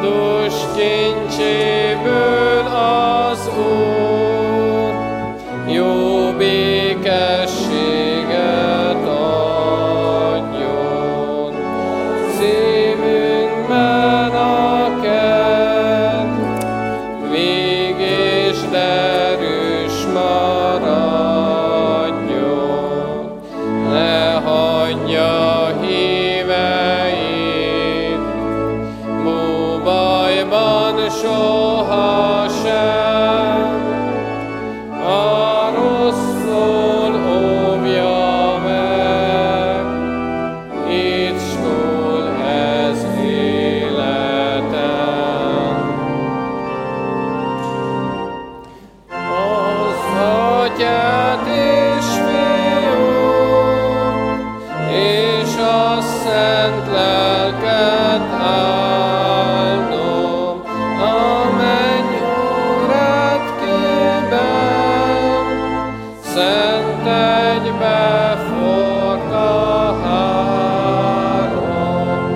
kincséből az Úr jó békességet adjon. Szívünkben a ked vég és derűs maradjon. Ne hagyja híveit búvajban sohasem, a rosszul óvja meg, itt túl ez életen. Az Atyát és Fiút és a Szent Lelket áldom, a menny rettkében, szent egybe forg a három,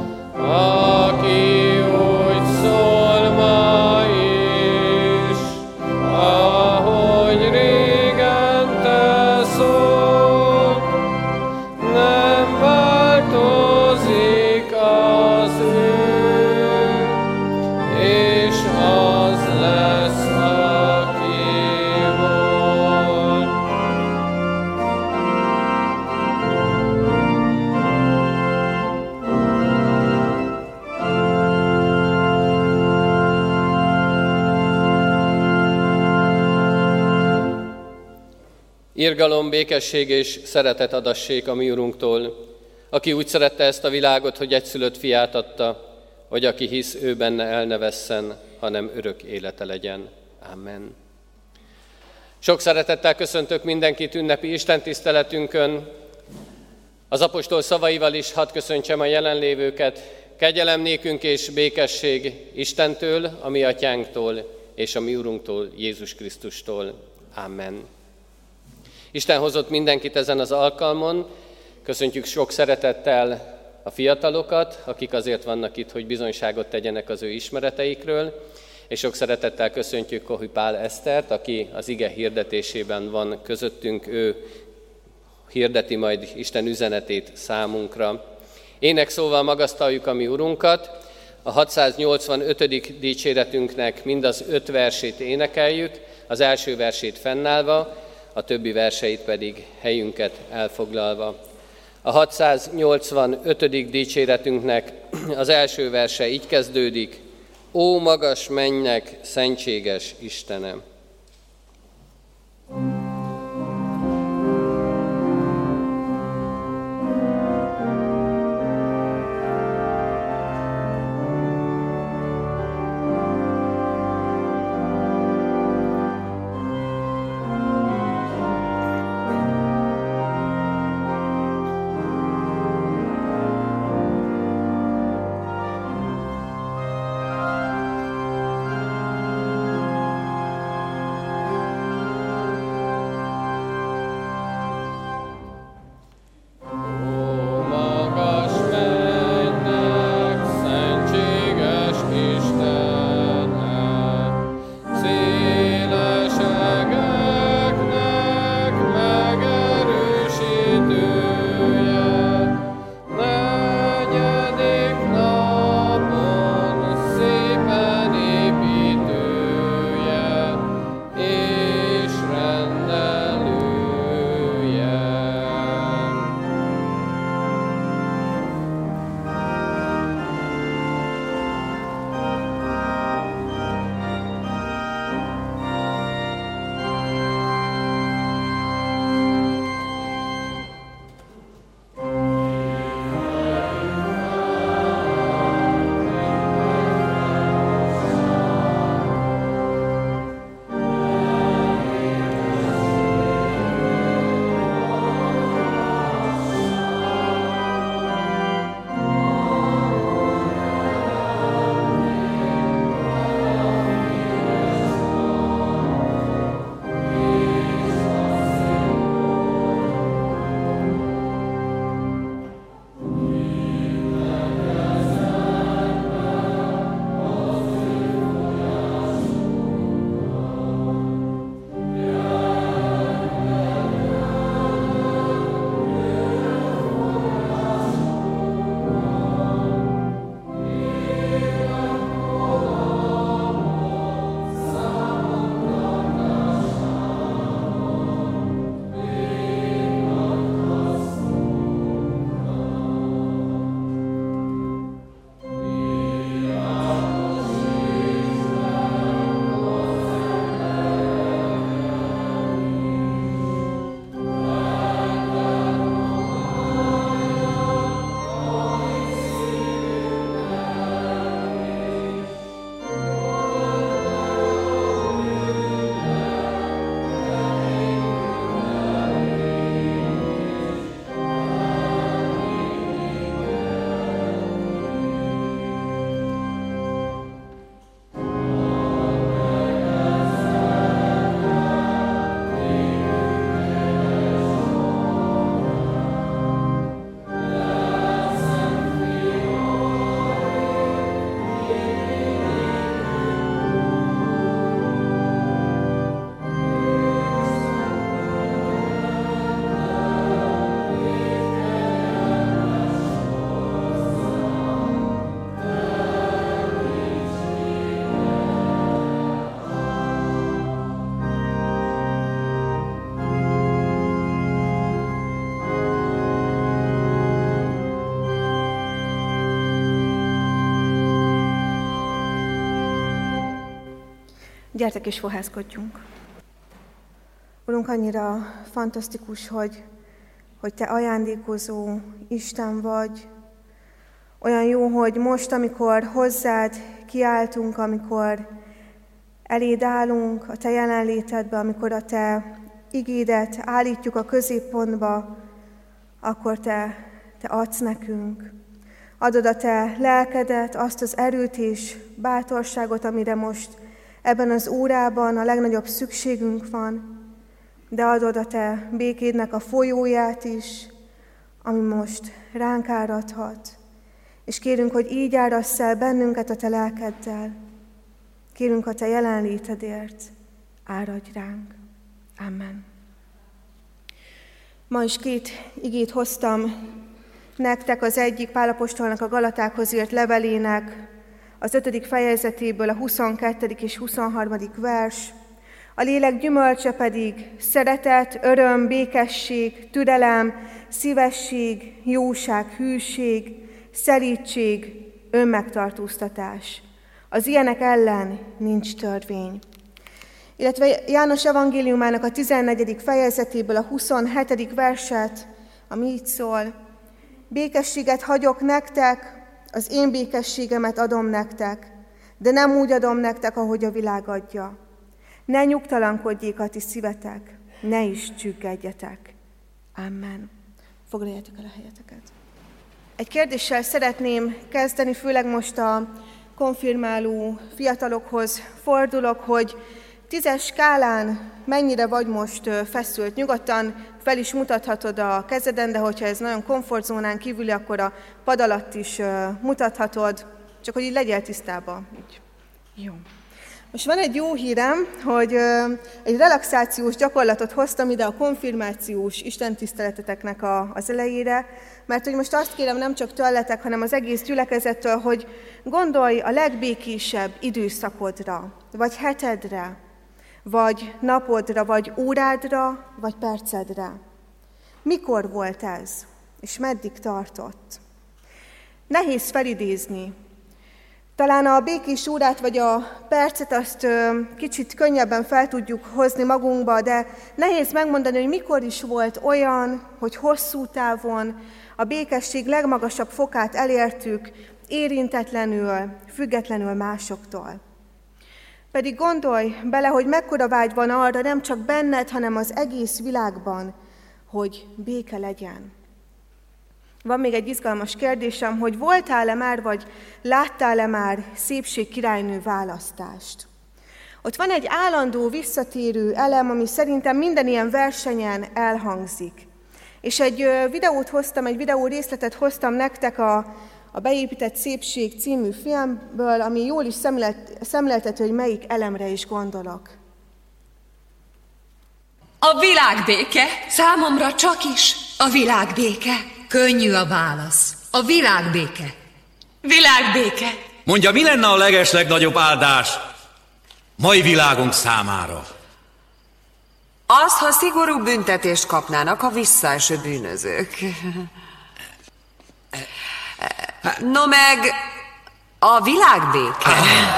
aki úgy szól ma is, ahogy régen te szólt, nem változik az ő, és az lesz, aki volt. Irgalom, békesség és szeretet adassék a mi Urunktól, aki úgy szerette ezt a világot, hogy egyszülött fiát adta, hogy aki hisz ő benne el ne vesszen, hanem örök élete legyen. Amen. Sok szeretettel köszöntök mindenkit ünnepi istentiszteletünkön. Az apostol szavaival is hadd köszöntsem a jelenlévőket. Kegyelem nékünk és békesség Istentől, a mi atyánktól és a mi Urunktól, Jézus Krisztustól. Amen. Isten hozott mindenkit ezen az alkalmon. Köszöntjük sok szeretettel a fiatalokat, akik azért vannak itt, hogy bizonyságot tegyenek az ő ismereteikről, és sok szeretettel köszöntjük Kohi Pál Esztert, aki az ige hirdetésében van közöttünk, ő hirdeti majd Isten üzenetét számunkra. Énekszóval magasztaljuk a mi Urunkat, a 685. dicséretünknek mind az 5 versét énekeljük, az első versét fennállva, a többi verseit pedig helyünket elfoglalva. A 685. dicséretünknek az első verse így kezdődik: Ó magas mennynek szentséges Istenem! Gyertek és fohászkodjunk. Urunk, annyira fantasztikus, hogy Te ajándékozó Isten vagy. Olyan jó, hogy most, amikor hozzád kiáltunk, amikor eléd állunk a Te jelenlétedbe, amikor a Te igédet állítjuk a középpontba, akkor Te adsz nekünk. Adod a Te lelkedet, azt az erőt és bátorságot, amire most ebben az órában a legnagyobb szükségünk van, de adod a Te békédnek a folyóját is, ami most ránk áradhat. És kérünk, hogy így árass el bennünket a Te lelkeddel. Kérünk a Te jelenlétedért, áradj ránk. Amen. Ma is 2 igét hoztam nektek, az egyik Pál apostolnak a Galatákhoz írt levelének az 5. fejezetéből a 22. és 23. vers. A lélek gyümölcse pedig szeretet, öröm, békesség, türelem, szívesség, jóság, hűség, szelídség, önmegtartóztatás. Az ilyenek ellen nincs törvény. Illetve János evangéliumának a 14. fejezetéből a 27. verset, ami így szól: békességet hagyok nektek, az én békességemet adom nektek, de nem úgy adom nektek, ahogy a világ adja. Ne nyugtalankodjék a ti szívetek, ne is csüggedjetek. Amen. Foglaljátok el a helyeteket. Egy kérdéssel szeretném kezdeni, főleg most a konfirmáló fiatalokhoz fordulok, hogy 10-es skálán mennyire vagy most feszült. Nyugodtan fel is mutathatod a kezeden, de hogyha ez nagyon komfortzónán kívüli, akkor a pad alatt is mutathatod, csak hogy így legyél tisztában. Így. Jó. Most van egy jó hírem, hogy egy relaxációs gyakorlatot hoztam ide a konfirmációs istentiszteleteteknek az elejére, mert hogy most azt kérem nem csak tőletek, hanem az egész gyülekezettől, hogy gondolj a legbékésebb időszakodra, vagy hetedre, vagy napodra, vagy órádra, vagy percedre. Mikor volt ez, és meddig tartott? Nehéz felidézni. Talán a békés órát vagy a percet azt kicsit könnyebben fel tudjuk hozni magunkba, de nehéz megmondani, hogy mikor is volt olyan, hogy hosszú távon a békesség legmagasabb fokát elértük, érintetlenül, függetlenül másoktól. Pedig gondolj bele, hogy mekkora vágy van arra, nem csak benned, hanem az egész világban, hogy béke legyen. Van még egy izgalmas kérdésem, hogy voltál-e már, vagy láttál-e már szépségkirálynő választást? Ott van egy állandó visszatérő elem, ami szerintem minden ilyen versenyen elhangzik. És egy videó részletet hoztam nektek a Beépített szépség című filmből, ami jól is szemléltető, hogy melyik elemre is gondolok. A világbéke. Számomra csak is a világbéke. Könnyű a válasz. A világbéke. Világbéke. Mondja, mi lenne a legeslegnagyobb áldás mai világunk számára? Az, ha szigorú büntetést kapnának a visszaeső bűnözők. No meg a világbéke.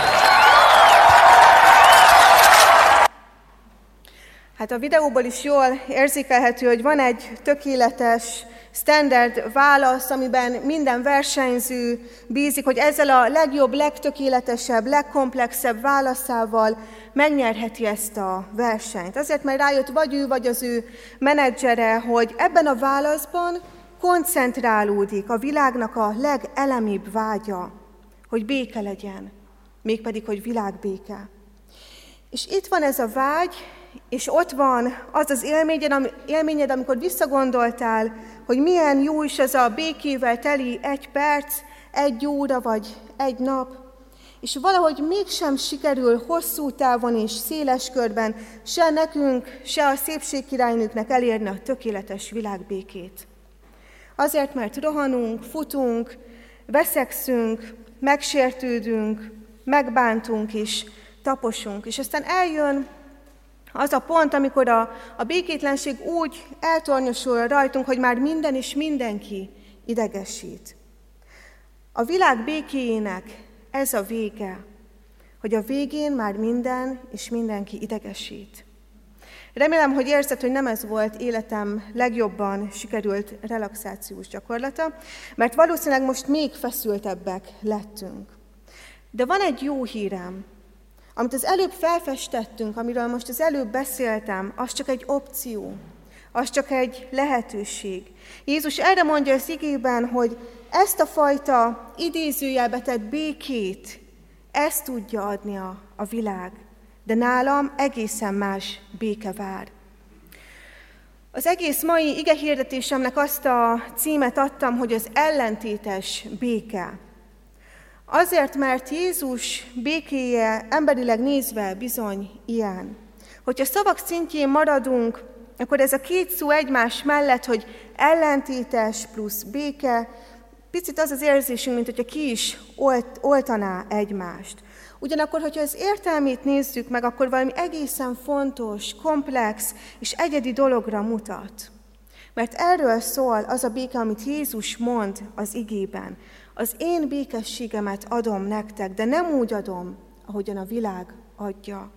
Hát a videóból is jól érzékelhető, hogy van egy tökéletes, standard válasz, amiben minden versenyző bízik, hogy ezzel a legjobb, legtökéletesebb, legkomplexebb válaszával megnyerheti ezt a versenyt. Azért, mert rájött vagy ő, vagy az ő menedzsere, hogy ebben a válaszban koncentrálódik a világnak a legelemibb vágya, hogy béke legyen, mégpedig, hogy világbéke. És itt van ez a vágy, és ott van az az élményed, amikor visszagondoltál, hogy milyen jó is ez a békével teli 1 perc, 1 óra vagy 1 nap, és valahogy mégsem sikerül hosszú távon és széles körben se nekünk, se a szépségkirálynőknek elérni a tökéletes világbékét. Azért, mert rohanunk, futunk, veszekszünk, megsértődünk, megbántunk és taposunk. És aztán eljön az a pont, amikor a békétlenség úgy eltornyosul rajtunk, hogy már minden és mindenki idegesít. A világ békéjének ez a vége, hogy a végén már minden és mindenki idegesít. Remélem, hogy érzed, hogy nem ez volt életem legjobban sikerült relaxációs gyakorlata, mert valószínűleg most még feszültebbek lettünk. De van egy jó hírem, amit az előbb felfestettünk, amiről most az előbb beszéltem, az csak egy opció, az csak egy lehetőség. Jézus erre mondja az igében, hogy ezt a fajta idézőjelbe tett békét, ezt tudja adni a világ. De nálam egészen más béke vár. Az egész mai igehirdetésemnek azt a címet adtam, hogy az ellentétes béke. Azért, mert Jézus békéje emberileg nézve bizony ilyen. Hogyha szavak szintjén maradunk, akkor ez a két szó egymás mellett, hogy ellentétes plusz béke, picit az az érzésünk, mint hogyha ki is oltaná egymást. Ugyanakkor, hogyha az értelmét nézzük meg, akkor valami egészen fontos, komplex és egyedi dologra mutat. Mert erről szól az a béke, amit Jézus mond az igében. Az én békességemet adom nektek, de nem úgy adom, ahogyan a világ adja.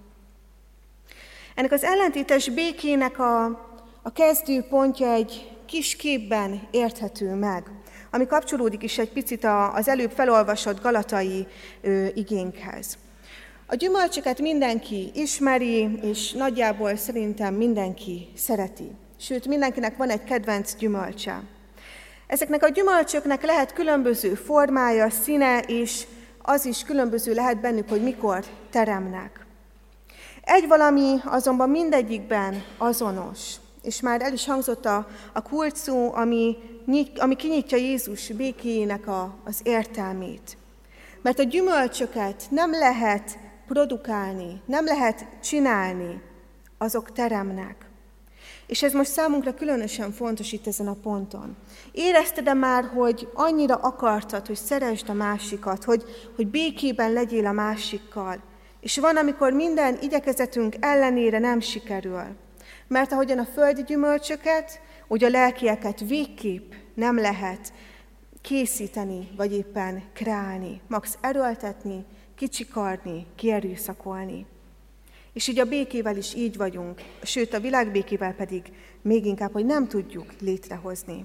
Ennek az ellentétes békének a kezdőpontja egy kis képben érthető meg, ami kapcsolódik is egy picit az előbb felolvasott galatai igénkhez. A gyümölcsöket mindenki ismeri, és nagyjából szerintem mindenki szereti. Sőt, mindenkinek van egy kedvenc gyümölcse. Ezeknek a gyümölcsöknek lehet különböző formája, színe, és az is különböző lehet bennük, hogy mikor teremnek. Egy valami azonban mindegyikben azonos, és már el is hangzott a kulcs szó, ami kinyitja Jézus békéjének az értelmét. Mert a gyümölcsöket nem lehet produkálni, nem lehet csinálni, azok teremnek. És ez most számunkra különösen fontos itt ezen a ponton. Érezted-e már, hogy annyira akartad, hogy szeresd a másikat, hogy békében legyél a másikkal, és van, amikor minden igyekezetünk ellenére nem sikerül. Mert ahogyan a földi gyümölcsöket, úgy a lelkieket végképp nem lehet készíteni, vagy éppen kreálni, max erőltetni, kicsikarni, kierőszakolni. És így a békével is így vagyunk, sőt a világ békével pedig még inkább, hogy nem tudjuk létrehozni.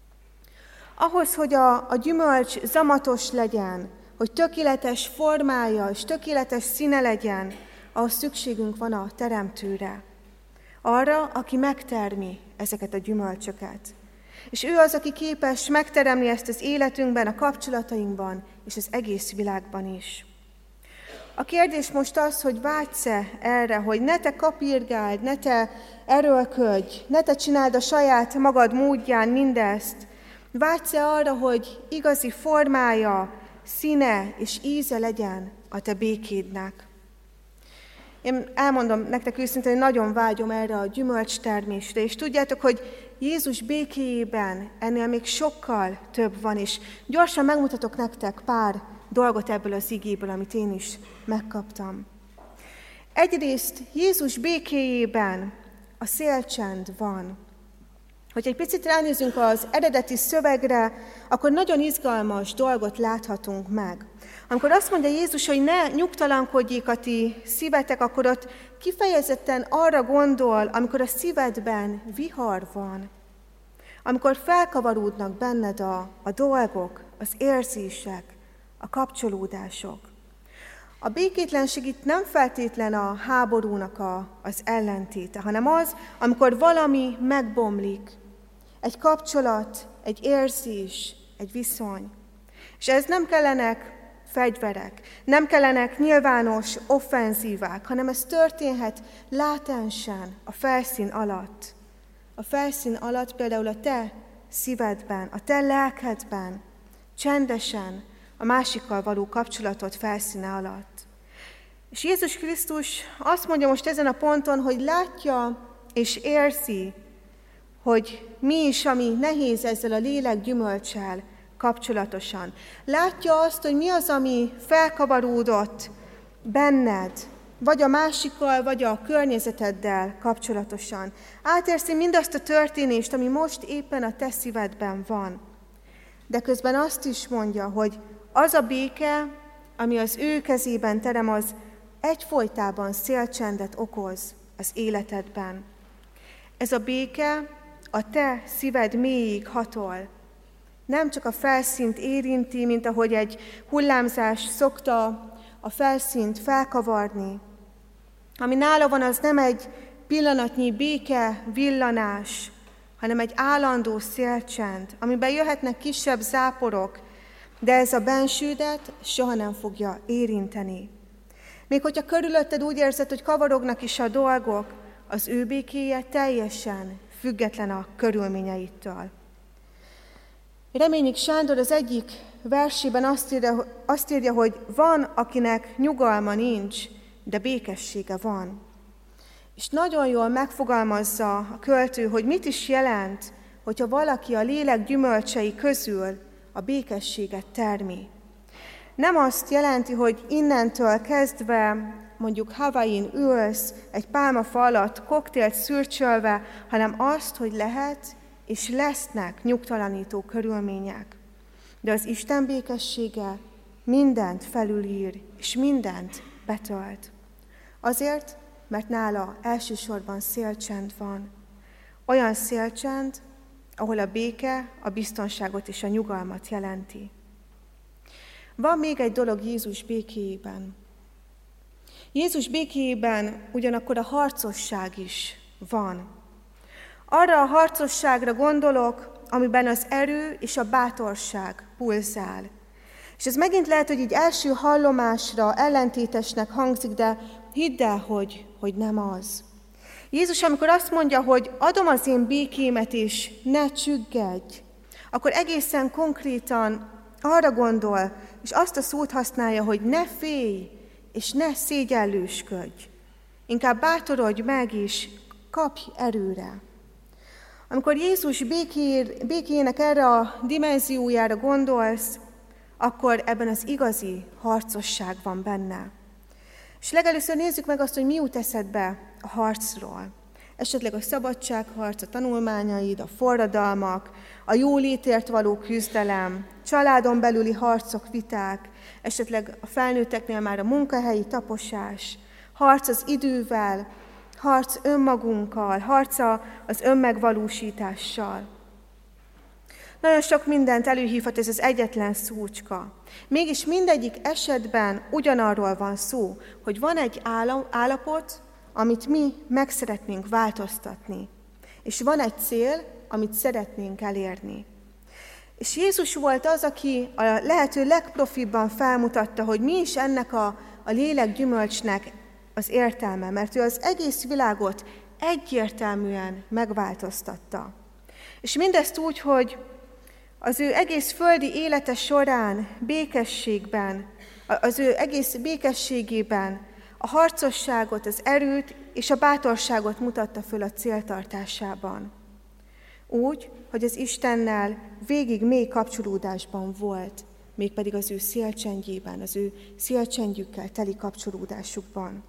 Ahhoz, hogy a gyümölcs zamatos legyen, hogy tökéletes formája és tökéletes színe legyen, ahhoz szükségünk van a teremtőre. Arra, aki megtermi ezeket a gyümölcsöket. És ő az, aki képes megteremni ezt az életünkben, a kapcsolatainkban és az egész világban is. A kérdés most az, hogy vágysz-e erre, hogy ne te kapirgáld, ne te erőlködj, ne te csináld a saját magad módján mindezt. Vágysz-e arra, hogy igazi formája, színe és íze legyen a te békédnek? Én elmondom nektek őszintén, hogy nagyon vágyom erre a gyümölcstermésre, és tudjátok, hogy Jézus békéjében ennél még sokkal több van, és gyorsan megmutatok nektek pár dolgot ebből az igéből, amit én is megkaptam. Egyrészt Jézus békéjében a szélcsend van. Hogy egy picit ránézünk az eredeti szövegre, akkor nagyon izgalmas dolgot láthatunk meg. Amikor azt mondja Jézus, hogy ne nyugtalankodjék a ti szívetek, akkor ott kifejezetten arra gondol, amikor a szívedben vihar van. Amikor felkavaródnak benned a dolgok, az érzések, a kapcsolódások. A békétlenség itt nem feltétlen a háborúnak az ellentéte, hanem az, amikor valami megbomlik. Egy kapcsolat, egy érzés, egy viszony. És ez nem kellenek fegyverek, nem kellenek nyilvános offenzívák, hanem ez történhet látensen a felszín alatt. A felszín alatt például a te szívedben, a te lelkedben, csendesen, a másikkal való kapcsolatot felszíne alatt. És Jézus Krisztus azt mondja most ezen a ponton, hogy látja és érzi, hogy mi is, ami nehéz ezzel a lélek gyümölccsel kapcsolatosan. Látja azt, hogy mi az, ami felkavaródott benned, vagy a másikkal, vagy a környezeteddel kapcsolatosan. Átérzi mindazt a történést, ami most éppen a te szívedben van. De közben azt is mondja, hogy az a béke, ami az ő kezében terem, az egyfolytában szélcsendet okoz az életedben. Ez a béke a te szíved mélyig hatol. Nem csak a felszínt érinti, mint ahogy egy hullámzás szokta a felszínt felkavarni. Ami nála van, az nem egy pillanatnyi béke, villanás, hanem egy állandó szélcsend, amiben jöhetnek kisebb záporok, de ez a bensődet soha nem fogja érinteni. Még hogyha körülötted úgy érzed, hogy kavarognak is a dolgok, az ő békéje teljesen független a körülményeittől. Reményik Sándor az egyik versében azt írja, hogy van, akinek nyugalma nincs, de békessége van. És nagyon jól megfogalmazza a költő, hogy mit is jelent, hogyha valaki a lélek gyümölcsei közül a békességet termi. Nem azt jelenti, hogy innentől kezdve mondjuk Havain ülsz egy pálmafa alatt koktélt szürcsölve, hanem azt, hogy lehet és lesznek nyugtalanító körülmények. De az Isten békessége mindent felülír, és mindent betölt. Azért, mert nála elsősorban szélcsend van. Olyan szélcsend, ahol a béke, a biztonságot és a nyugalmat jelenti. Van még egy dolog Jézus békéjében. Jézus békéjében ugyanakkor a harcosság is van. Arra a harcosságra gondolok, amiben az erő és a bátorság pulzál. És ez megint lehet, hogy így első hallomásra ellentétesnek hangzik, de hidd el, hogy nem az. Jézus, amikor azt mondja, hogy adom az én békémet, és ne csüggedj, akkor egészen konkrétan arra gondol, és azt a szót használja, hogy ne félj, és ne szégyellősködj. Inkább bátorodj meg, és kapj erőre. Amikor Jézus békéjének erre a dimenziójára gondolsz, akkor ebben az igazi harcosság van benne. És legelőször nézzük meg azt, hogy mi jut eszedbe a harcról. Esetleg a szabadságharc, a tanulmányaid, a forradalmak, a jólétért való küzdelem, családon belüli harcok, viták, esetleg a felnőtteknél már a munkahelyi taposás, harc az idővel, harc önmagunkkal, harca az önmegvalósítással. Nagyon sok mindent előhívhat ez az egyetlen szócska. Mégis mindegyik esetben ugyanarról van szó, hogy van egy állapot, amit mi meg szeretnénk változtatni. És van egy cél, amit szeretnénk elérni. És Jézus volt az, aki a lehető legprofibban felmutatta, hogy mi is ennek a lélekgyümölcsnek az értelme, mert ő az egész világot egyértelműen megváltoztatta. És mindezt úgy, hogy az ő egész földi élete során, békességben, az ő egész békességében a harcosságot, az erőt és a bátorságot mutatta föl a céltartásában. Úgy, hogy az Istennel végig mély kapcsolódásban volt, mégpedig az ő szélcsendjében, az ő szélcsendjükkel teli kapcsolódásukban.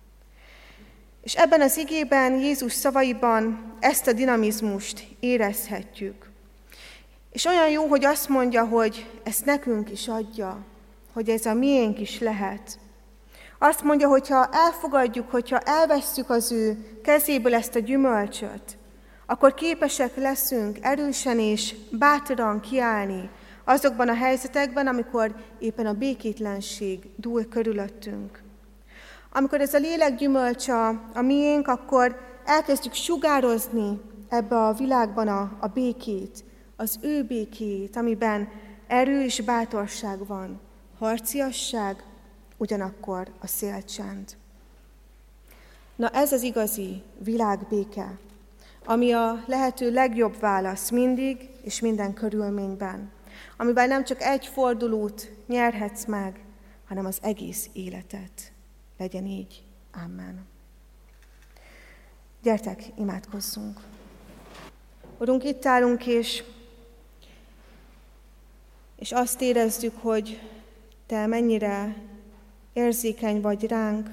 És ebben az igében, Jézus szavaiban ezt a dinamizmust érezhetjük. És olyan jó, hogy azt mondja, hogy ezt nekünk is adja, hogy ez a miénk is lehet. Azt mondja, hogyha elfogadjuk, hogyha elvesszük az ő kezéből ezt a gyümölcsöt, akkor képesek leszünk erősen és bátran kiállni azokban a helyzetekben, amikor éppen a békétlenség dúl körülöttünk. Amikor ez a lélek gyümölcse a miénk, akkor elkezdjük sugározni ebbe a világban a békét, az ő békéjét, amiben erő és bátorság van, harciasság, ugyanakkor a szélcsend. Na ez az igazi világbéke, ami a lehető legjobb válasz mindig és minden körülményben, amiben nem csak egy fordulót nyerhetsz meg, hanem az egész életet. Legyen így. Amen. Gyertek, imádkozzunk. Urunk, itt állunk, és azt érezzük, hogy Te mennyire érzékeny vagy ránk.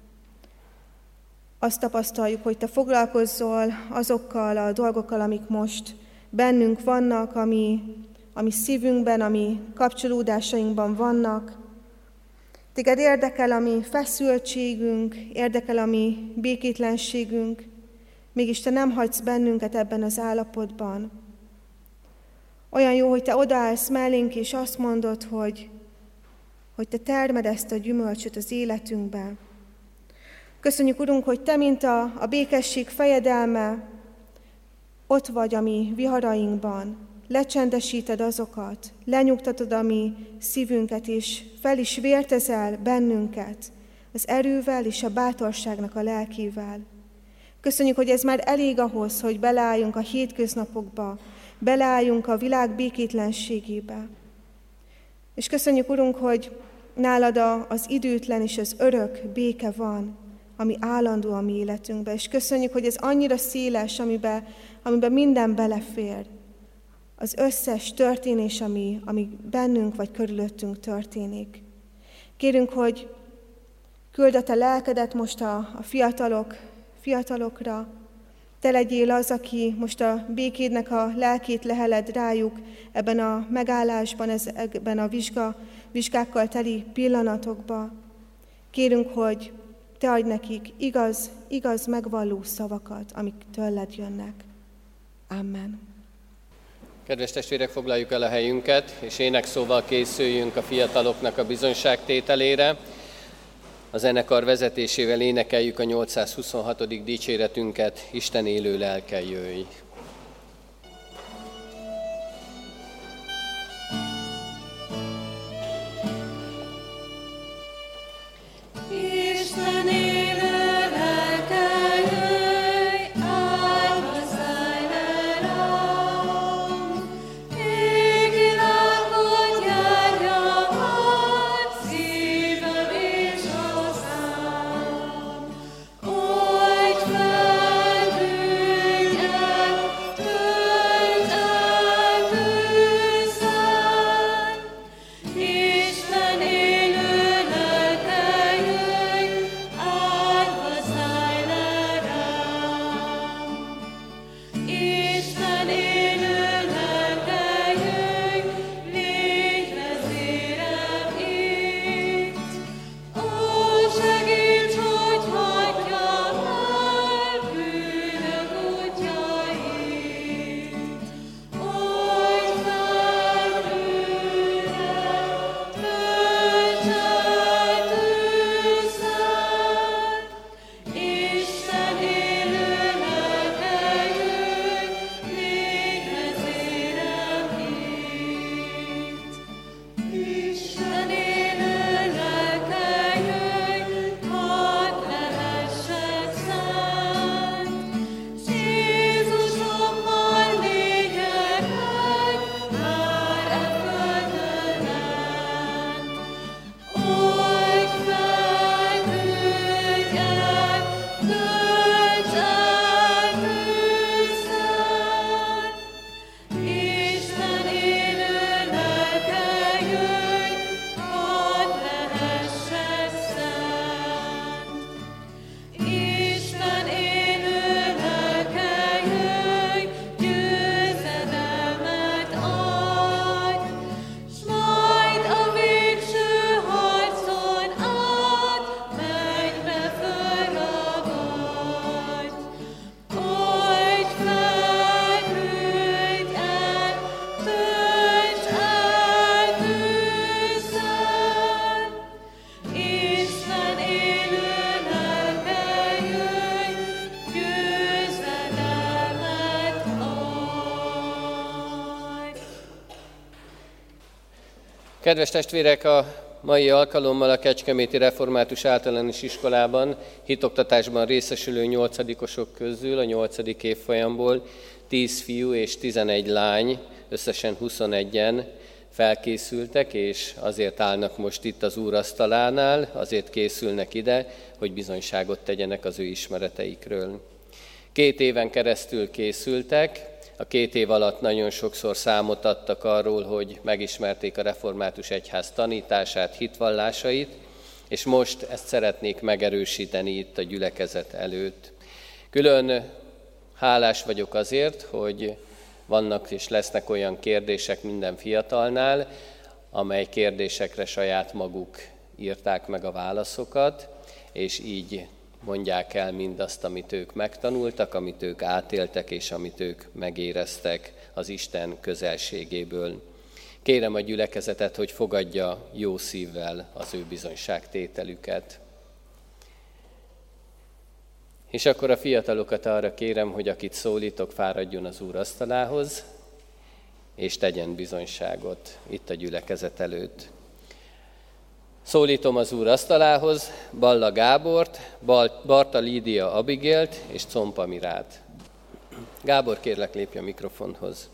Azt tapasztaljuk, hogy Te foglalkozzol azokkal a dolgokkal, amik most bennünk vannak, ami szívünkben, ami kapcsolódásainkban vannak. Téged érdekel a mi feszültségünk, érdekel a mi békétlenségünk, mégis Te nem hagysz bennünket ebben az állapotban. Olyan jó, hogy Te odaállsz mellénk, és azt mondod, hogy Te termed ezt a gyümölcsöt az életünkbe. Köszönjük, Urunk, hogy Te, mint a békesség fejedelme, ott vagy a mi viharainkban, lecsendesíted azokat, lenyugtatod a mi szívünket, és fel is vértezel bennünket az erővel és a bátorságnak a lelkével. Köszönjük, hogy ez már elég ahhoz, hogy beleálljunk a hétköznapokba, beleálljunk a világ békétlenségébe. És köszönjük, Urunk, hogy nálad az időtlen és az örök béke van, ami állandó a mi életünkben. És köszönjük, hogy ez annyira széles, amiben minden belefér. Az összes történés, ami bennünk vagy körülöttünk történik. Kérünk, hogy küld a Te lelkedet most a fiatalokra. Te legyél az, aki most a békédnek a lelkét leheled rájuk ebben a megállásban, ebben a vizsgákkal teli pillanatokban. Kérünk, hogy Te adj nekik igaz megvalló szavakat, amik tőled jönnek. Amen. Kedves testvérek, foglaljuk el a helyünket, és énekszóval készüljünk a fiataloknak a bizonyságtételére. A zenekar vezetésével énekeljük a 826. dicséretünket, Isten élő lelke, jöjj! Kedves testvérek, a mai alkalommal a Kecskeméti Református Általános Iskolában hitoktatásban részesülő 8-osok közül a 8. évfolyamból 10 fiú és 11 lány, összesen 21-en felkészültek, és azért állnak most itt az úrasztalánál, azért készülnek ide, hogy bizonyságot tegyenek az ő ismereteikről. 2 éven keresztül készültek, a 2 év alatt nagyon sokszor számot adtak arról, hogy megismerték a református egyház tanítását, hitvallásait, és most ezt szeretnék megerősíteni itt a gyülekezet előtt. Külön hálás vagyok azért, hogy vannak és lesznek olyan kérdések minden fiatalnál, amely kérdésekre saját maguk írták meg a válaszokat, és így mondják el mindazt, amit ők megtanultak, amit ők átéltek, és amit ők megéreztek az Isten közelségéből. Kérem a gyülekezetet, hogy fogadja jó szívvel az ő bizonyságtételüket. És akkor a fiatalokat arra kérem, hogy akit szólítok, fáradjon az Úr asztalához, és tegyen bizonyságot itt a gyülekezet előtt. Szólítom az Úr asztalához Balla Gábort, Barta Lídia Abigélt és Compa Mirát. Gábor, kérlek, lépj a mikrofonhoz.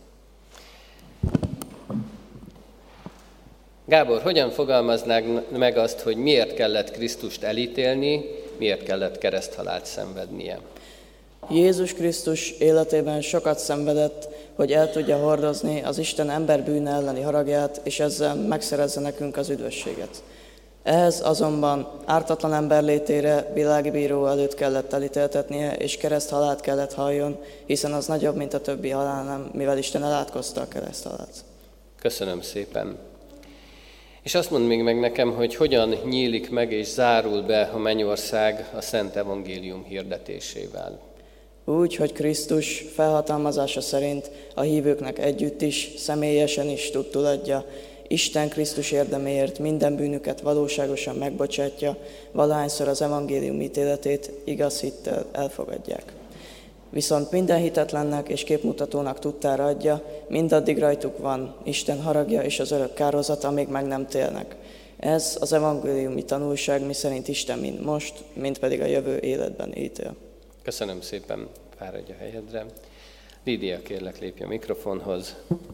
Gábor, hogyan fogalmaznád meg azt, hogy miért kellett Krisztust elítélni, miért kellett kereszthalált szenvednie? Jézus Krisztus életében sokat szenvedett, hogy el tudja hordozni az Isten ember bűne elleni haragját, és ezzel megszerezze nekünk az üdvösséget. Ehhez azonban ártatlan ember létére világi bíró előtt kellett elítéltetnie, és kereszthalált kellett halljon, hiszen az nagyobb, mint a többi halál, mivel Isten elátkozta a kereszthalált. Köszönöm szépen. És azt mondd még meg nekem, hogy hogyan nyílik meg és zárul be a mennyország a Szent Evangélium hirdetésével. Úgy, hogy Krisztus felhatalmazása szerint a hívőknek együtt is, személyesen is tudtuladja, Isten Krisztus érdeméért minden bűnüket valóságosan megbocsátja, valahányszor az evangélium ítéletét igaz hittel elfogadják. Viszont minden hitetlennek és képmutatónak tudtára adja, mindaddig rajtuk van Isten haragja és az örök kárhozat, amíg meg nem télnek. Ez az evangéliumi tanulság, miszerint Isten mind most, mind pedig a jövő életben ítél. Köszönöm szépen, fáradj a helyedre. Lídia, kérlek, lépj a mikrofonhoz.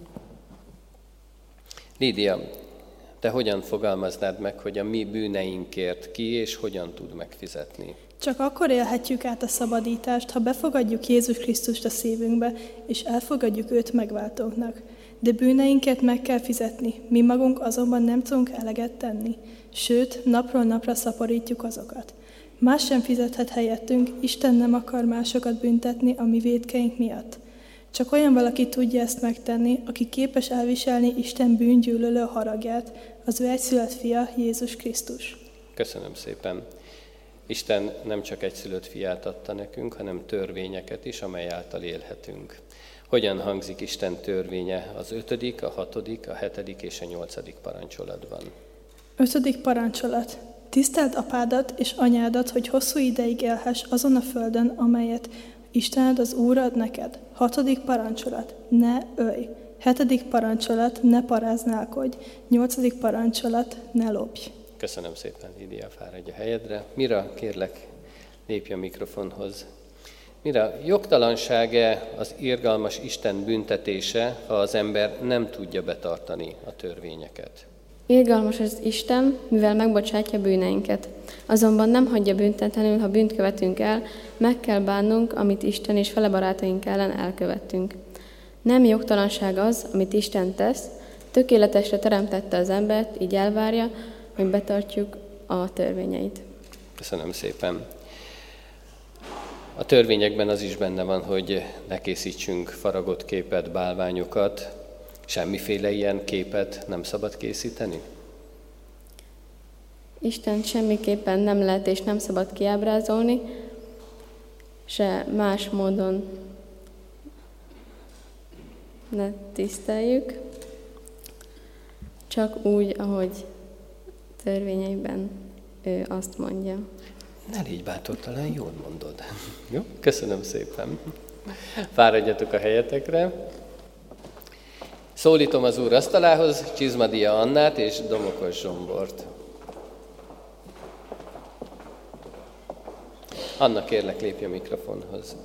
Lídia, te hogyan fogalmaznád meg, hogy a mi bűneinkért ki és hogyan tud megfizetni? Csak akkor élhetjük át a szabadítást, ha befogadjuk Jézus Krisztust a szívünkbe, és elfogadjuk őt megváltónknak. De bűneinket meg kell fizetni, mi magunk azonban nem tudunk eleget tenni. Sőt, napról napra szaporítjuk azokat. Más sem fizethet helyettünk, Isten nem akar másokat büntetni a mi vétkeink miatt. Csak olyan valaki tudja ezt megtenni, aki képes elviselni Isten bűngyűlölő haragját, az ő egyszülött fia, Jézus Krisztus. Köszönöm szépen. Isten nem csak egyszülött fiát adta nekünk, hanem törvényeket is, amely által élhetünk. Hogyan hangzik Isten törvénye az 5., a 6., a 7. és a 8. parancsolatban? 5. parancsolat. Tiszteld apádat és anyádat, hogy hosszú ideig élhess azon a földön, amelyet Istened az Úr ad neked. 6. parancsolat. Ne ölj. 7. parancsolat. Ne paráználkodj. 8. parancsolat. Ne lopj. Köszönöm szépen, Lídia, fáradj a helyedre. Mira, kérlek, lépj a mikrofonhoz. Mira, jogtalanság-e az irgalmas Isten büntetése, ha az ember nem tudja betartani a törvényeket? Irgalmas az Isten, mivel megbocsátja bűneinket. Azonban nem hagyja büntetlenül, ha bűnt követünk el, meg kell bánnunk, amit Isten és fele barátaink ellen elkövettünk. Nem jogtalanság az, amit Isten tesz, tökéletesre teremtette az embert, így elvárja, hogy betartjuk a törvényeit. Köszönöm szépen. A törvényekben az is benne van, hogy ne készítsünk faragott képet, bálványokat, semmiféle ilyen képet nem szabad készíteni? Isten semmiképpen nem lehet és nem szabad kiábrázolni, se más módon ne tiszteljük, csak úgy, ahogy törvényeiben ő azt mondja. Ne légy bátor, talán jól mondod. Jó? Köszönöm szépen. Fáradjatok a helyetekre. Szólítom az Úr asztalához Csizmadia Annát és Domokos Zsombort. Anna, kérlek, lépj a mikrofonhoz.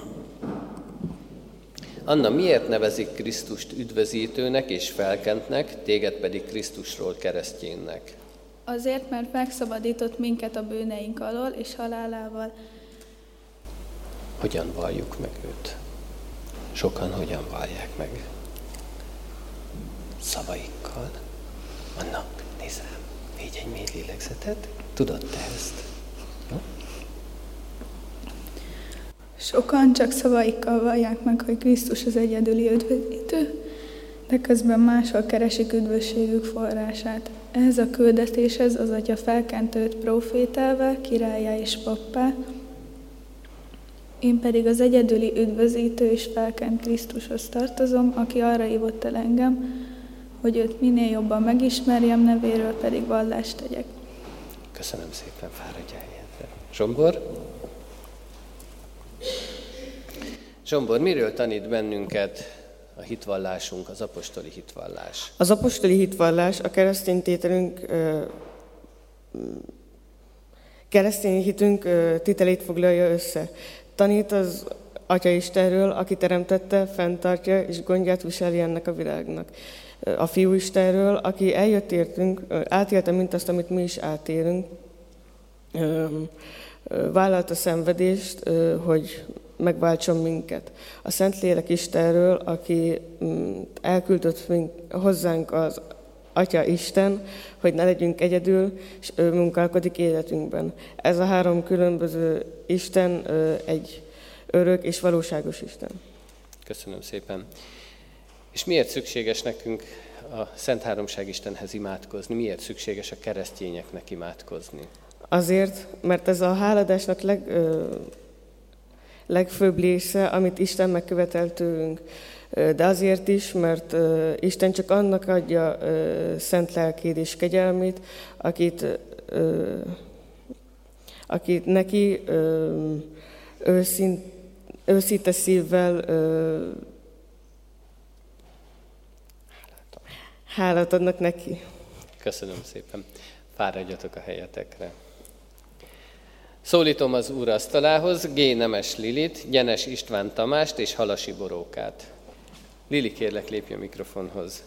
Anna, miért nevezik Krisztust üdvözítőnek és felkentnek, téged pedig Krisztusról keresztjénnek? Azért, mert megszabadított minket a bűneink alól és halálával. Hogyan valljuk meg őt? Sokan hogyan vallják meg? Szavaikkal. Anna, nézd rám, védj egy mély lélegzetet. Tudod te ezt? Jó? Sokan csak szavaikkal vallják meg, hogy Krisztus az egyedüli üdvözítő, de közben máshol keresik üdvösségük forrását. Ehhez a küldetéshez az Atya felkent őt prófételve, királlyá és pappá, én pedig az egyedüli üdvözítő és felkent Krisztushoz tartozom, aki arra hívott el engem, hogy őt minél jobban megismerjem, nevéről pedig vallást tegyek. Köszönöm szépen, fáradj el. Zsombor? Zsombor, miről tanít bennünket a hitvallásunk, az apostoli hitvallás? Az apostoli hitvallás a keresztény hitünk tételét foglalja össze. Tanít az Atya Istenről, aki teremtette, fenntartja és gondját viseli ennek a világnak. A Fiú Istenről, aki eljött értünk, átélte mindazt, amit mi is átélünk, vállalta szenvedést, hogy megváltson minket. A Szentlélek Istenről, aki elküldött hozzánk az Atya Isten, hogy ne legyünk egyedül, és ő munkálkodik életünkben. Ez a három különböző Isten egy örök és valóságos Isten. Köszönöm szépen. És miért szükséges nekünk a Szent Háromság Istenhez imádkozni? Miért szükséges a keresztényeknek imádkozni? Azért, mert ez a háladásnak legfőbb része, amit Isten megkövetel tőlünk. De azért is, mert Isten csak annak adja szent lelkét és kegyelmét, akit neki őszinte szívvel hálát adnak neki. Köszönöm szépen. Fáradjatok a helyetekre. Szólítom az Úr asztalához G. Nemes Lilit, Gyenes István Tamást és Halasi Borókát. Lili, kérlek, lépj a mikrofonhoz.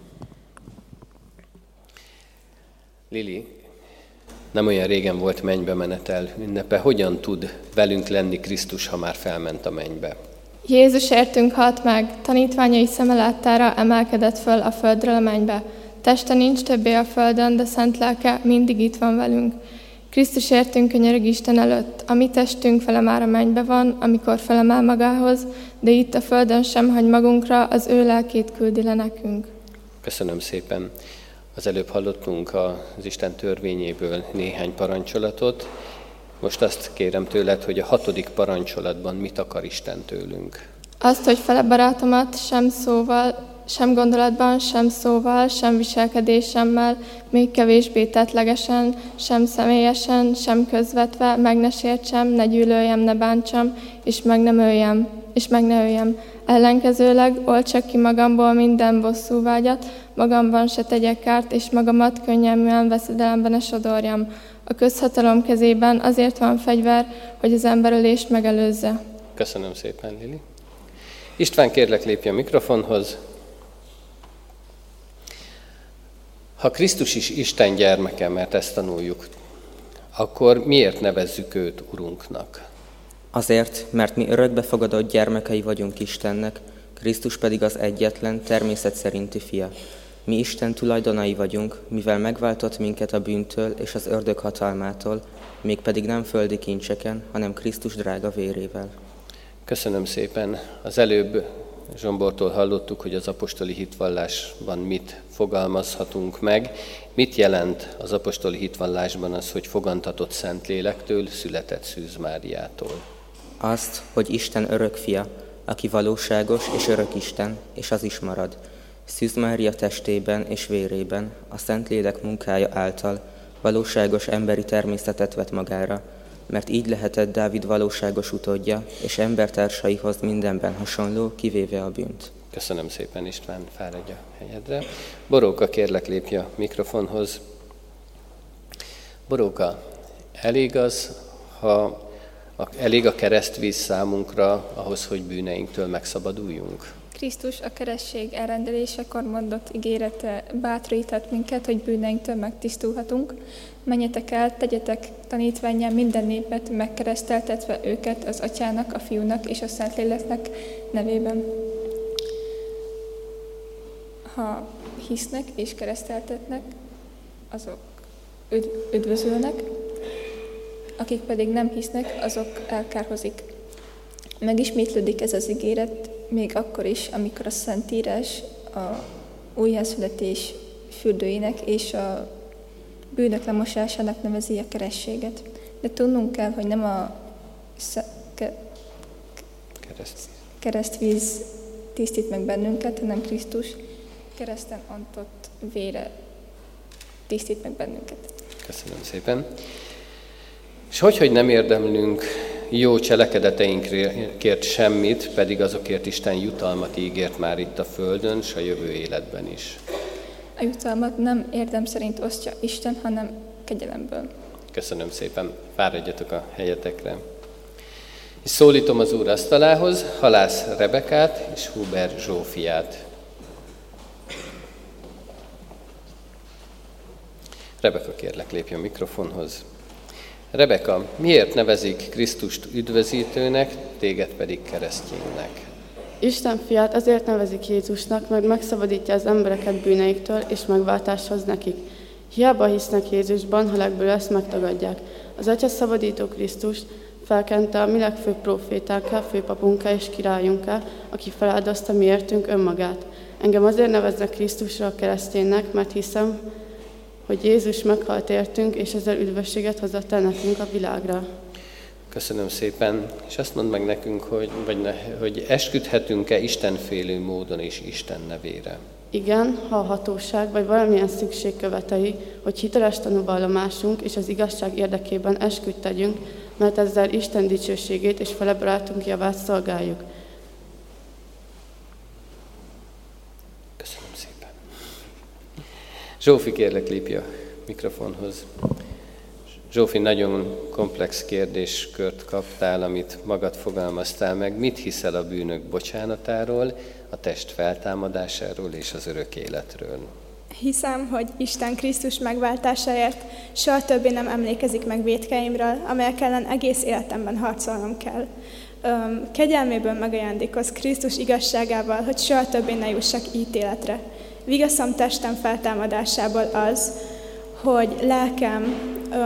Lili, nem olyan régen volt mennybe menetel ünnepe. Hogyan tud velünk lenni Krisztus, ha már felment a mennybe? Jézus értünk halt meg, tanítványai szeme láttára emelkedett föl a földről a mennybe. Teste nincs többé a földön, de szent lelke mindig itt van velünk. Krisztus értünk könyörög Isten előtt. A mi testünk fele már a mennybe van, amikor felemel magához, de itt a földön sem hagy magunkra, az ő lelkét küldi le nekünk. Köszönöm szépen. Az előbb hallottunk az Isten törvényéből néhány parancsolatot. Most azt kérem tőled, hogy a 6. parancsolatban mit akar Isten tőlünk? Azt, hogy fele barátomat sem szóval, sem gondolatban, sem szóval, sem viselkedésemmel, még kevésbé tettlegesen, sem személyesen, sem közvetve, meg ne sértsem, ne gyűlöljem, ne bántsam, és meg ne öljem. Ellenkezőleg oltsak ki magamból minden bosszúvágyat, magamban se tegyek kárt, és magamat könnyelműen veszedelembe ne sodorjam. A közhatalom kezében azért van fegyver, hogy az emberölést megelőzze. Köszönöm szépen, Lili. István, kérlek, lépj a mikrofonhoz. Ha Krisztus is Isten gyermeke, mert ezt tanuljuk, akkor miért nevezzük őt Urunknak? Azért, mert mi örökbefogadott gyermekei vagyunk Istennek, Krisztus pedig az egyetlen, természet szerinti fia. Mi Isten tulajdonai vagyunk, mivel megváltott minket a bűntől és az ördög hatalmától, mégpedig nem földi kincseken, hanem Krisztus drága vérével. Köszönöm szépen. Az előbb Zsombortól hallottuk, hogy az apostoli hitvallásban mit fogalmazhatunk meg. Mit jelent az apostoli hitvallásban az, hogy fogantatott Szentlélektől, született Szűz Máriától? Azt, hogy Isten örök fia, aki valóságos és örök Isten, és az is marad. Szűz Mária testében és vérében, a Szentlélek munkája által valóságos emberi természetet vett magára, mert így lehetett Dávid valóságos utódja, és embertársaihoz mindenben hasonló, kivéve a bűnt. Köszönöm szépen, István, fáradj a helyedre. Boróka, kérlek, lépj a mikrofonhoz. Boróka, elég a keresztvíz számunkra ahhoz, hogy bűneinktől megszabaduljunk? Krisztus a keresztség elrendelésekor mondott ígérete bátoríthat minket, hogy bűneinktől megtisztulhatunk. Menjetek el, tegyetek tanítvánnyá minden népet, megkereszteltetve őket az Atyának, a Fiúnak és a Szentléleknek nevében. Ha hisznek és kereszteltetnek, azok üdvözülnek, akik pedig nem hisznek, azok elkárhozik. Megismétlődik ez az ígéret még akkor is, amikor a Szentírás a újjászületés fürdőinek és a bűnök lemosásának nevezi a kerességet. De tudnunk kell, hogy nem a keresztvíz tisztít meg bennünket, hanem Krisztus kereszten ontott vére tisztít meg bennünket. Köszönöm szépen. És hogy nem érdemlünk jó cselekedeteinkért semmit, pedig azokért Isten jutalmat ígért már itt a földön, s a jövő életben is. A jutalmat nem érdem szerint osztja Isten, hanem kegyelemből. Köszönöm szépen. Fáradjatok a helyetekre. És szólítom az Úr asztalához Halász Rebekát és Huber Zsófiát. Rebeka, kérlek, lépj a mikrofonhoz. Rebeka, miért nevezik Krisztust üdvözítőnek, téged pedig kereszténynek? Isten fiát azért nevezik Jézusnak, mert megszabadítja az embereket bűneiktől, és megváltást hoz nekik. Hiába hisznek Jézusban, ha legből ezt megtagadják. Az Atya szabadító Krisztust felkente a mi legfőbb prófétánká, főpapunká és királyunká, aki feláldozta miértünk önmagát. Engem azért neveznek Krisztusra a kereszténynek, mert hiszem, hogy Jézus meghalt értünk, és ezzel üdvösséget hozott el nekünk a világra. Köszönöm szépen, és azt mondd meg nekünk, hogy esküdhetünk-e istenfélő módon és Isten nevére? Igen, ha a hatóság vagy valamilyen szükség követeli, hogy hiteles tanúvallomásunk és az igazság érdekében esküdt tegyünk, mert ezzel Isten dicsőségét és felebarátunk javát szolgáljuk. Köszönöm szépen. Zsófi, kérlek, lépj a mikrofonhoz. Zsófi, nagyon komplex kérdéskört kaptál, amit magad fogalmaztál meg. Mit hiszel a bűnök bocsánatáról, a test feltámadásáról és az örök életről? Hiszem, hogy Isten Krisztus megváltásáért soha többé nem emlékezik meg vétkeimről, amelyek ellen egész életemben harcolnom kell. Kegyelméből megajándékoz Krisztus igazságával, hogy soha többé ne jussak ítéletre. Vigaszom testem feltámadásából az, hogy lelkem,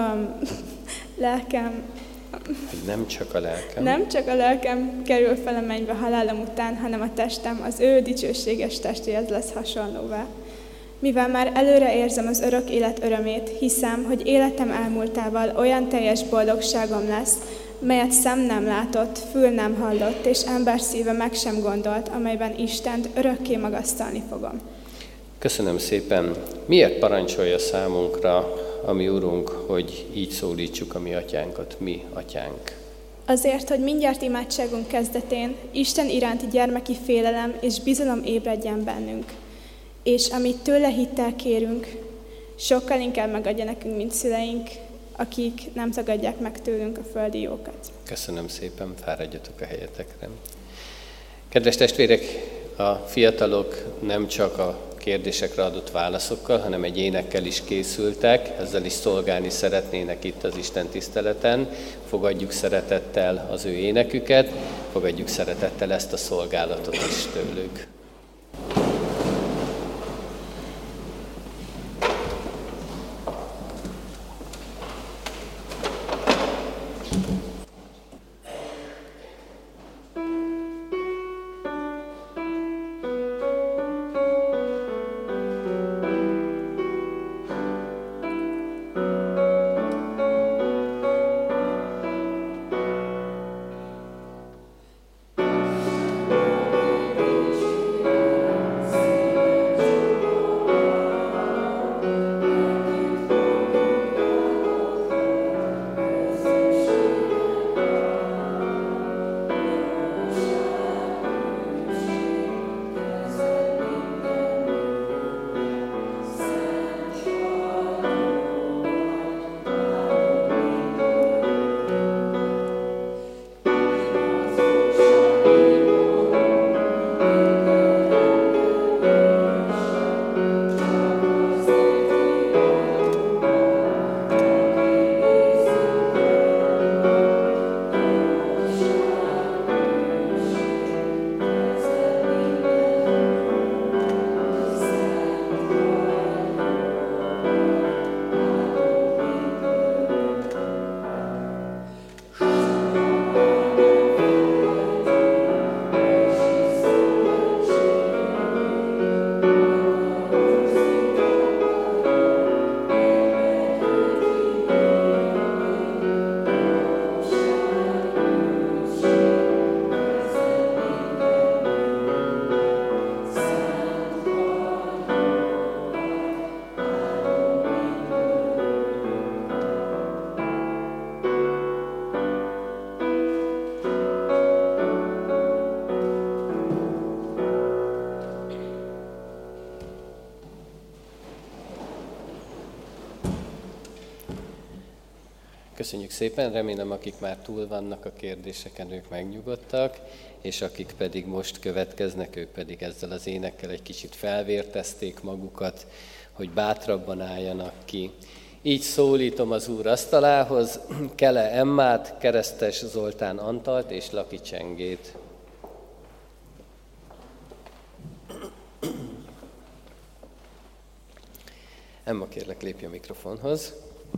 hogy nem csak a lelkem kerül fel a mennybe halálom után, hanem a testem az ő dicsőséges testéhez lesz hasonlóvá. Mivel már előre érzem az örök élet örömét, hiszem, hogy életem elmúltával olyan teljes boldogságom lesz, melyet szem nem látott, fül nem hallott, és ember szíve meg sem gondolt, amelyben Istent örökké magasztalni fogom. Köszönöm szépen. Miért parancsolja számunkra a mi Urunk, hogy így szólítsuk a mi atyánkat, mi atyánk? Azért, hogy mindjárt imádságunk kezdetén Isten iránti gyermeki félelem és bizalom ébredjen bennünk. És amit tőle hittel kérünk, sokkal inkább megadja nekünk, mint szüleink, akik nem tagadják meg tőlünk a földi jókat. Köszönöm szépen, fáradjatok a helyetekre. Kedves testvérek, a fiatalok nem csak a kérdésekre adott válaszokkal, hanem egy énekkel is készültek, ezzel is szolgálni szeretnének itt az Isten tiszteleten. Fogadjuk szeretettel az ő éneküket, fogadjuk szeretettel ezt a szolgálatot is tőlük. Köszönjük szépen, remélem, akik már túl vannak a kérdéseken, ők megnyugodtak, és akik pedig most következnek, ők pedig ezzel az énekkel egy kicsit felvértezték magukat, hogy bátrabban álljanak ki. Így szólítom az Úr asztalához Kele Emmát, Keresztes Zoltán Antalt és Laki Csengét. Emma, kérlek, lépj a mikrofonhoz.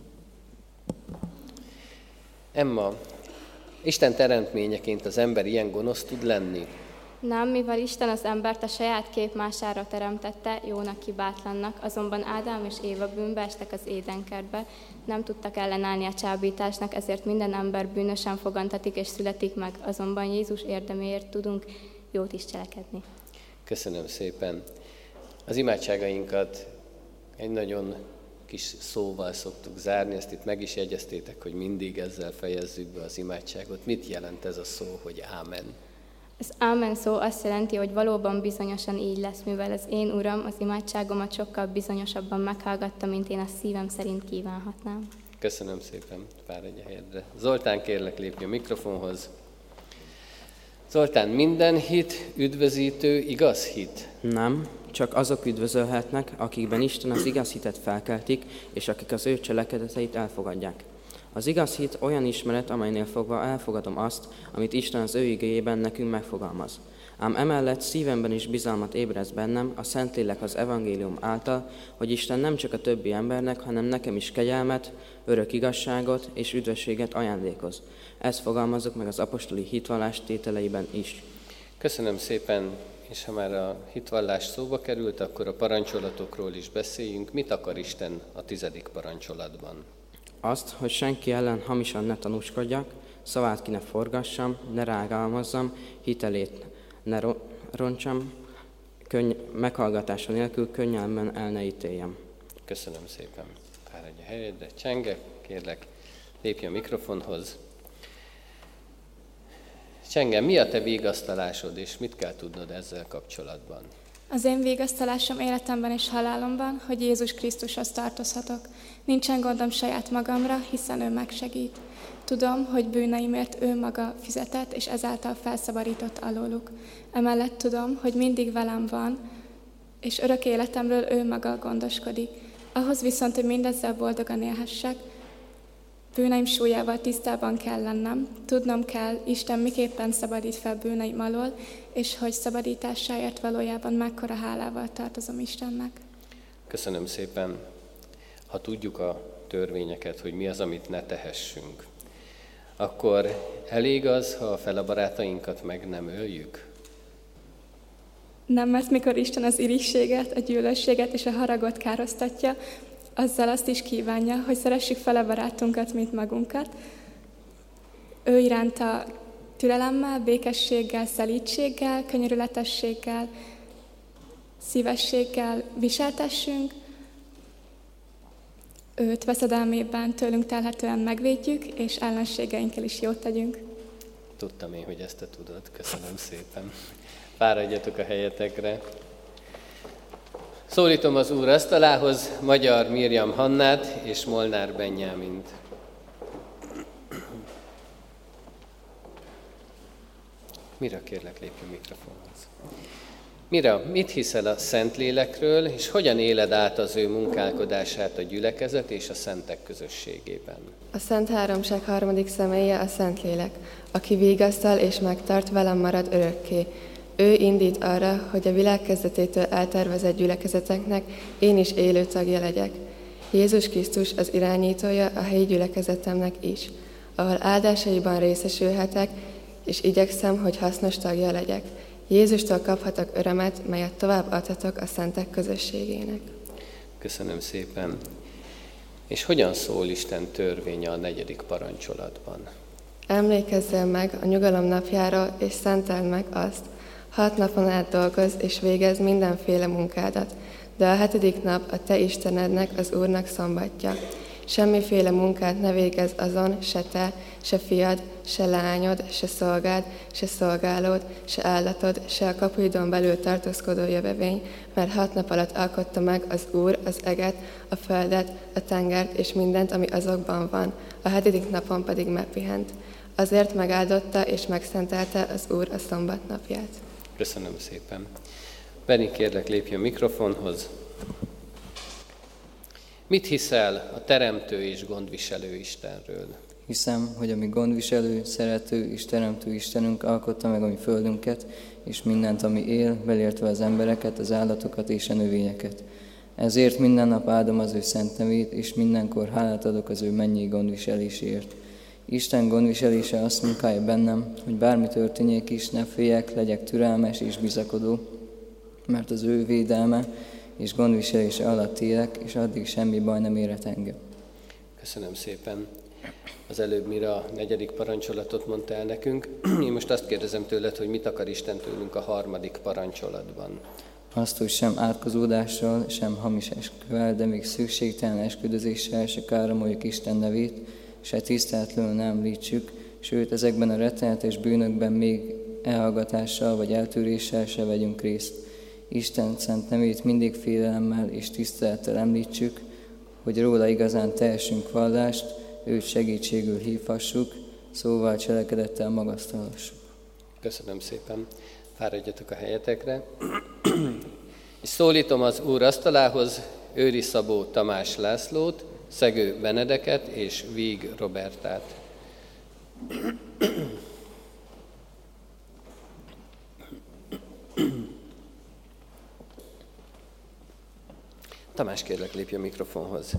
Emma, Isten teremtményeként az ember ilyen gonosz tud lenni? Nem, mivel Isten az embert a saját képmására teremtette, jónak kibátlannak, azonban Ádám és Éva bűnbe estek az édenkertbe, nem tudtak ellenállni a csábításnak, ezért minden ember bűnösen fogantatik és születik meg, azonban Jézus érdeméért tudunk jót is cselekedni. Köszönöm szépen. Az imádságainkat egy nagyon kis szóval szoktuk zárni, ezt itt meg is jegyeztétek, hogy mindig ezzel fejezzük be az imádságot. Mit jelent ez a szó, hogy ámen? Az ámen szó azt jelenti, hogy valóban bizonyosan így lesz, mivel az én Uram az imádságomat sokkal bizonyosabban meghallgatta, mint én a szívem szerint kívánhatnám. Köszönöm szépen, fáradj a helyedre. Zoltán, kérlek, lépj a mikrofonhoz. Zoltán, minden hit üdvözítő, igaz hit? Nem, csak azok üdvözölhetnek, akikben Isten az igaz hitet felkeltik, és akik az ő cselekedeteit elfogadják. Az igaz hit olyan ismeret, amelynél fogva elfogadom azt, amit Isten az ő igéjében nekünk megfogalmaz. Ám emellett szívemben is bizalmat ébreszt bennem a Szentlélek az evangélium által, hogy Isten nem csak a többi embernek, hanem nekem is kegyelmet, örök igazságot és üdvösséget ajándékoz. Ezt fogalmazok meg az apostoli hitvallás tételeiben is. Köszönöm szépen, és ha már a hitvallás szóba került, akkor a parancsolatokról is beszéljünk. Mit akar Isten a 10. parancsolatban? Azt, hogy senki ellen hamisan ne tanúskodjak, szavát ki ne forgassam, ne rágalmazzam, hitelét ne roncsam, meghallgatása nélkül könnyelmen el ne ítéljem. Köszönöm szépen. Fáradj a helyedre. Csenge, kérlek, lépj a mikrofonhoz. Csenge, mi a te vigasztalásod, és mit kell tudnod ezzel kapcsolatban? Az én vigasztalásom életemben és halálomban, hogy Jézus Krisztushoz tartozhatok. Nincsen gondom saját magamra, hiszen ő megsegít. Tudom, hogy bűneimért ő maga fizetett, és ezáltal felszabadított alóluk. Emellett tudom, hogy mindig velem van, és örök életemről ő maga gondoskodik. Ahhoz viszont, hogy mindezzel boldogan élhessek, bűneim súlyával tisztában kell lennem, tudnom kell, Isten miképpen szabadít fel bűneim alól, és hogy szabadításáért valójában mekkora hálával tartozom Istennek. Köszönöm szépen. Ha tudjuk a törvényeket, hogy mi az, amit ne tehessünk, akkor elég az, ha a fele barátainkat meg nem öljük? Nem, mert mikor Isten az irigységet, a gyűlölséget és a haragot károsztatja, azzal azt is kívánja, hogy szeressük fele barátunkat, mint magunkat. Ő iránta türelemmel, békességgel, szelídséggel, könyörületességgel, szívességgel viseltessünk. Őt veszedelmében tőlünk telhetően megvédjük, és ellenségeinkkel is jót tegyünk. Tudtam én, hogy ezt te tudod. Köszönöm szépen. Fáradjatok a helyetekre. Szólítom az Úr asztalához Magyar Mirjam Hannát és Molnár Benyámint. Mira, kérlek, lépj a mikrofonhoz. Mira, mit hiszel a Szentlélekről, és hogyan éled át az ő munkálkodását a gyülekezet és a szentek közösségében? A Szent Háromság harmadik személye a Szentlélek, aki vigasztal és megtart, velem marad örökké. Ő indít arra, hogy a világ kezdetétől eltervezett gyülekezeteknek én is élő tagja legyek. Jézus Krisztus az irányítója a helyi gyülekezetemnek is, ahol áldásaiban részesülhetek, és igyekszem, hogy hasznos tagja legyek. Jézustól kaphatok örömet, melyet tovább adhatok a szentek közösségének. Köszönöm szépen. És hogyan szól Isten törvénye a 4. parancsolatban? Emlékezzél meg a nyugalom napjára, és szenteld meg azt. 6 napon át dolgozz, és végezz mindenféle munkádat, de a 7. nap a te Istenednek, az Úrnak szombatja. Semmiféle munkát ne végezz azon, se te, se fiad, se leányod, se szolgád, se szolgálód, se állatod, se a kapuidon belül tartózkodó jövevény, mert 6 nap alatt alkotta meg az Úr az eget, a földet, a tengert és mindent, ami azokban van, a 7. napon pedig megpihent. Azért megáldotta és megszentelte az Úr a szombat napját. Köszönöm szépen. Benni, kérlek, lépj a mikrofonhoz. Mit hiszel a teremtő és gondviselő Istenről? Hiszem, hogy a mi gondviselő, szerető és teremtő Istenünk alkotta meg a mi földünket, és mindent, ami él, belértve az embereket, az állatokat és a növényeket. Ezért minden nap áldom az ő szent nevét, és mindenkor hálát adok az ő mennyi gondviselésért. Isten gondviselése azt munkálja bennem, hogy bármi történjék is, ne féljek, legyek türelmes és bizakodó, mert az ő védelme és gondviselése alatt élek, és addig semmi baj nem érhet engem. Köszönöm szépen. Az előbb mire a 4. parancsolatot mondta el nekünk. Én most azt kérdezem tőled, hogy mit akar Isten tőlünk a 3. parancsolatban. Azt, hogy sem átkozódással, sem hamis esküvel, de még szükségtelen esküdözéssel se káromoljuk Isten nevét, se tiszteletlenül nem említsük, sőt ezekben a rettenetes bűnökben még elhallgatással vagy eltűréssel se vegyünk részt. Isten szent nevét mindig félelemmel és tisztelettel említsük, hogy róla igazán tehessünk vallást, őt segítségül hívhassuk, szóval cselekedettel magasztalhassuk. Köszönöm szépen. Fáradjatok a helyetekre. És szólítom az Úr asztalához Őri Szabó Tamás Lászlót, Szegő Benedeket és Víg Robertát. Tamás, kérlek, lépj a mikrofonhoz.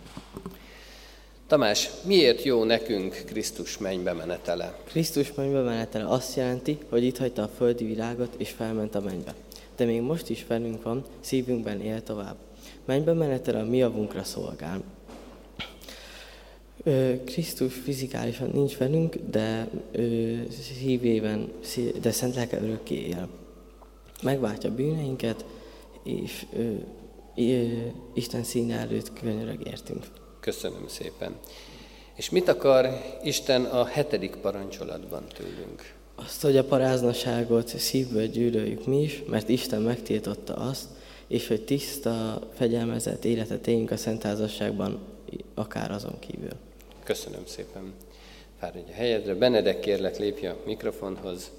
Tamás, miért jó nekünk Krisztus mennybe menetele? Krisztus mennybe menetele azt jelenti, hogy itt hagyta a földi világot és felment a mennybe. De még most is velünk van, szívünkben él tovább. Mennybe menetele a mi javunkra szolgál. Krisztus fizikálisan nincs velünk, de szívében, de szent lelke örökké él. Megváltja bűneinket, és Isten színe előtt könyörög értünk. Köszönöm szépen. És mit akar Isten a 7. parancsolatban tőlünk? Azt, hogy a paráznaságot szívből gyűlöljük mi is, mert Isten megtiltotta azt, és hogy tiszta, fegyelmezett életet éljünk a szent házasságban, akár azon kívül. Köszönöm szépen. Fáradj a helyedre. Benedek, kérlek, lépj a mikrofonhoz.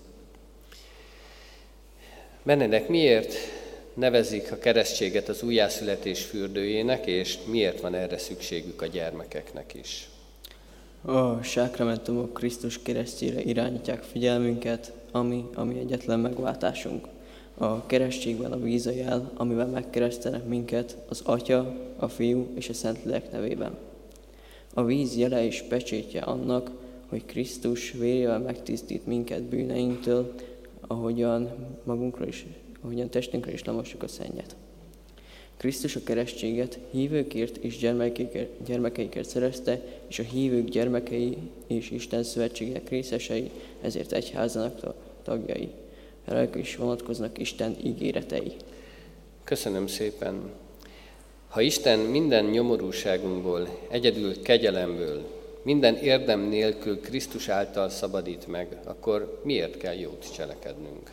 Benedek, miért nevezik a keresztséget az újjászületés fürdőjének, és miért van erre szükségük a gyermekeknek is? A sákramentumok Krisztus keresztjére irányítják figyelmünket, ami egyetlen megváltásunk. A keresztségben a víz a jel, amivel megkeresztelnek minket az Atya, a Fiú és a Szentlélek nevében. A víz jele és pecsétje annak, hogy Krisztus vérével megtisztít minket bűneinktől, ahogyan testünkre is lemossuk a szennyet. Krisztus a keresztséget hívőkért és gyermekeikért szerezte, és a hívők gyermekei és Isten szövetségek részesei, ezért egyházának tagjai. Rájuk is vonatkoznak Isten ígéretei. Köszönöm szépen. Ha Isten minden nyomorúságunkból, egyedül kegyelemből, minden érdem nélkül Krisztus által szabadít meg, akkor miért kell jót cselekednünk?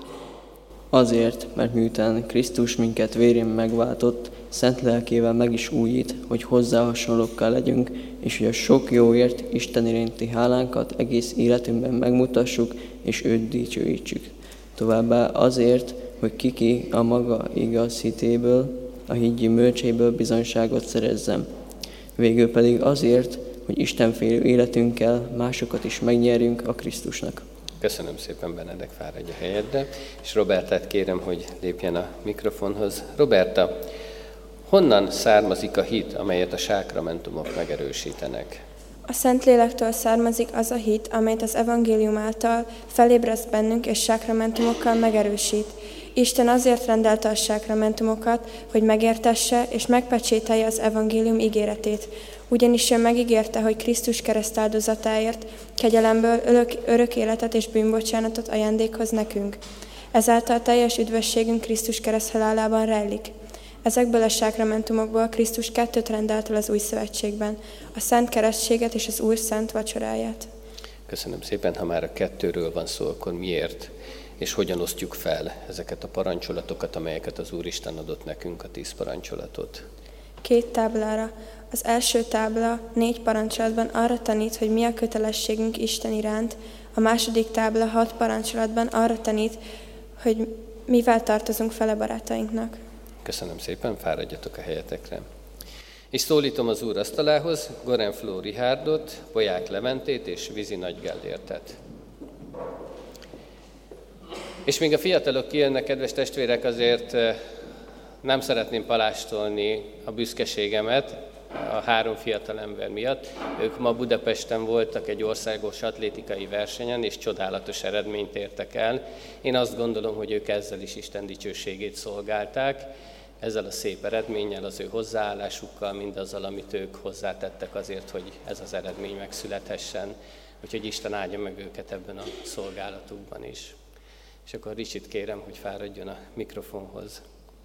Azért, mert miután Krisztus minket vérén megváltott, szent lelkével meg is újít, hogy hozzá hasonlókkal legyünk, és hogy a sok jóért Isten iránti hálánkat egész életünkben megmutassuk, és őt dicsőítsük. Továbbá azért, hogy kiki a maga igaz hitéből, a hit gyümölcséből bizonyságot szerezzem. Végül pedig azért, hogy istenfélő életünkkel másokat is megnyerjünk a Krisztusnak. Köszönöm szépen, Benedek, fáradj a helyedre, és Robertát kérem, hogy lépjen a mikrofonhoz. Roberta, honnan származik a hit, amelyet a sákramentumok megerősítenek? A Szentlélektől származik az a hit, amelyet az evangélium által felébreszt bennünk és sákramentumokkal megerősít. Isten azért rendelte a sákramentumokat, hogy megértesse és megpecsételje az evangélium ígéretét. Ugyanis ő megígérte, hogy Krisztus keresztáldozatáért kegyelemből örök életet és bűnbocsánatot ajándékhoz nekünk. Ezáltal teljes üdvösségünk Krisztus kereszthalálában rejlik. Ezekből a sákramentumokból Krisztus 2 rendelt el az új szövetségben, a Szent Keresztséget és az Úr Szent Vacsoráját. Köszönöm szépen, ha már a 2-ről van szó, akkor miért és hogyan osztjuk fel ezeket a parancsolatokat, amelyeket az Úristen adott nekünk, a 10 parancsolatot? 2 táblára. Az első tábla 4 parancsolatban arra tanít, hogy mi a kötelességünk Isten iránt, a második tábla 6 parancsolatban arra tanít, hogy mivel tartozunk fele barátainknak. Köszönöm szépen, fáradjatok a helyetekre. És szólítom az Úr asztalához Gorenfló Rihárdot, Poják Leventét és Vizi Nagy Gellértet. És még a fiatalok kijönnek, kedves testvérek, azért nem szeretném palástolni a büszkeségemet a 3 fiatal ember miatt. Ők ma Budapesten voltak egy országos atlétikai versenyen, és csodálatos eredményt értek el. Én azt gondolom, hogy ők ezzel is Isten dicsőségét szolgálták, ezzel a szép eredménnyel, az ő hozzáállásukkal, mindazzal, amit ők hozzátettek azért, hogy ez az eredmény megszülethessen. Úgyhogy Isten áldja meg őket ebben a szolgálatukban is. És akkor Ricsit kérem, hogy fáradjon a mikrofonhoz.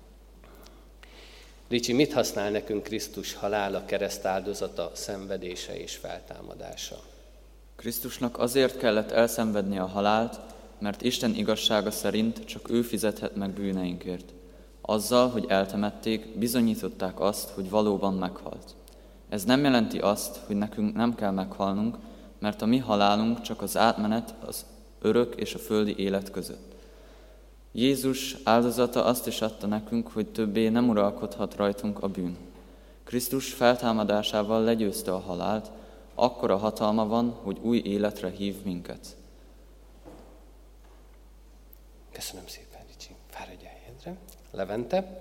Ricsi, mit használ nekünk Krisztus halála, kereszt áldozata, szenvedése és feltámadása? Krisztusnak azért kellett elszenvedni a halált, mert Isten igazsága szerint csak ő fizethet meg bűneinkért. Azzal, hogy eltemették, bizonyították azt, hogy valóban meghalt. Ez nem jelenti azt, hogy nekünk nem kell meghalnunk, mert a mi halálunk csak az átmenet az örök és a földi élet között. Jézus áldozata azt is adta nekünk, hogy többé nem uralkodhat rajtunk a bűn. Krisztus feltámadásával legyőzte a halált, akkora hatalma van, hogy új életre hív minket. Köszönöm szépen, Ricsi. Fáradj a helyedre. Levente.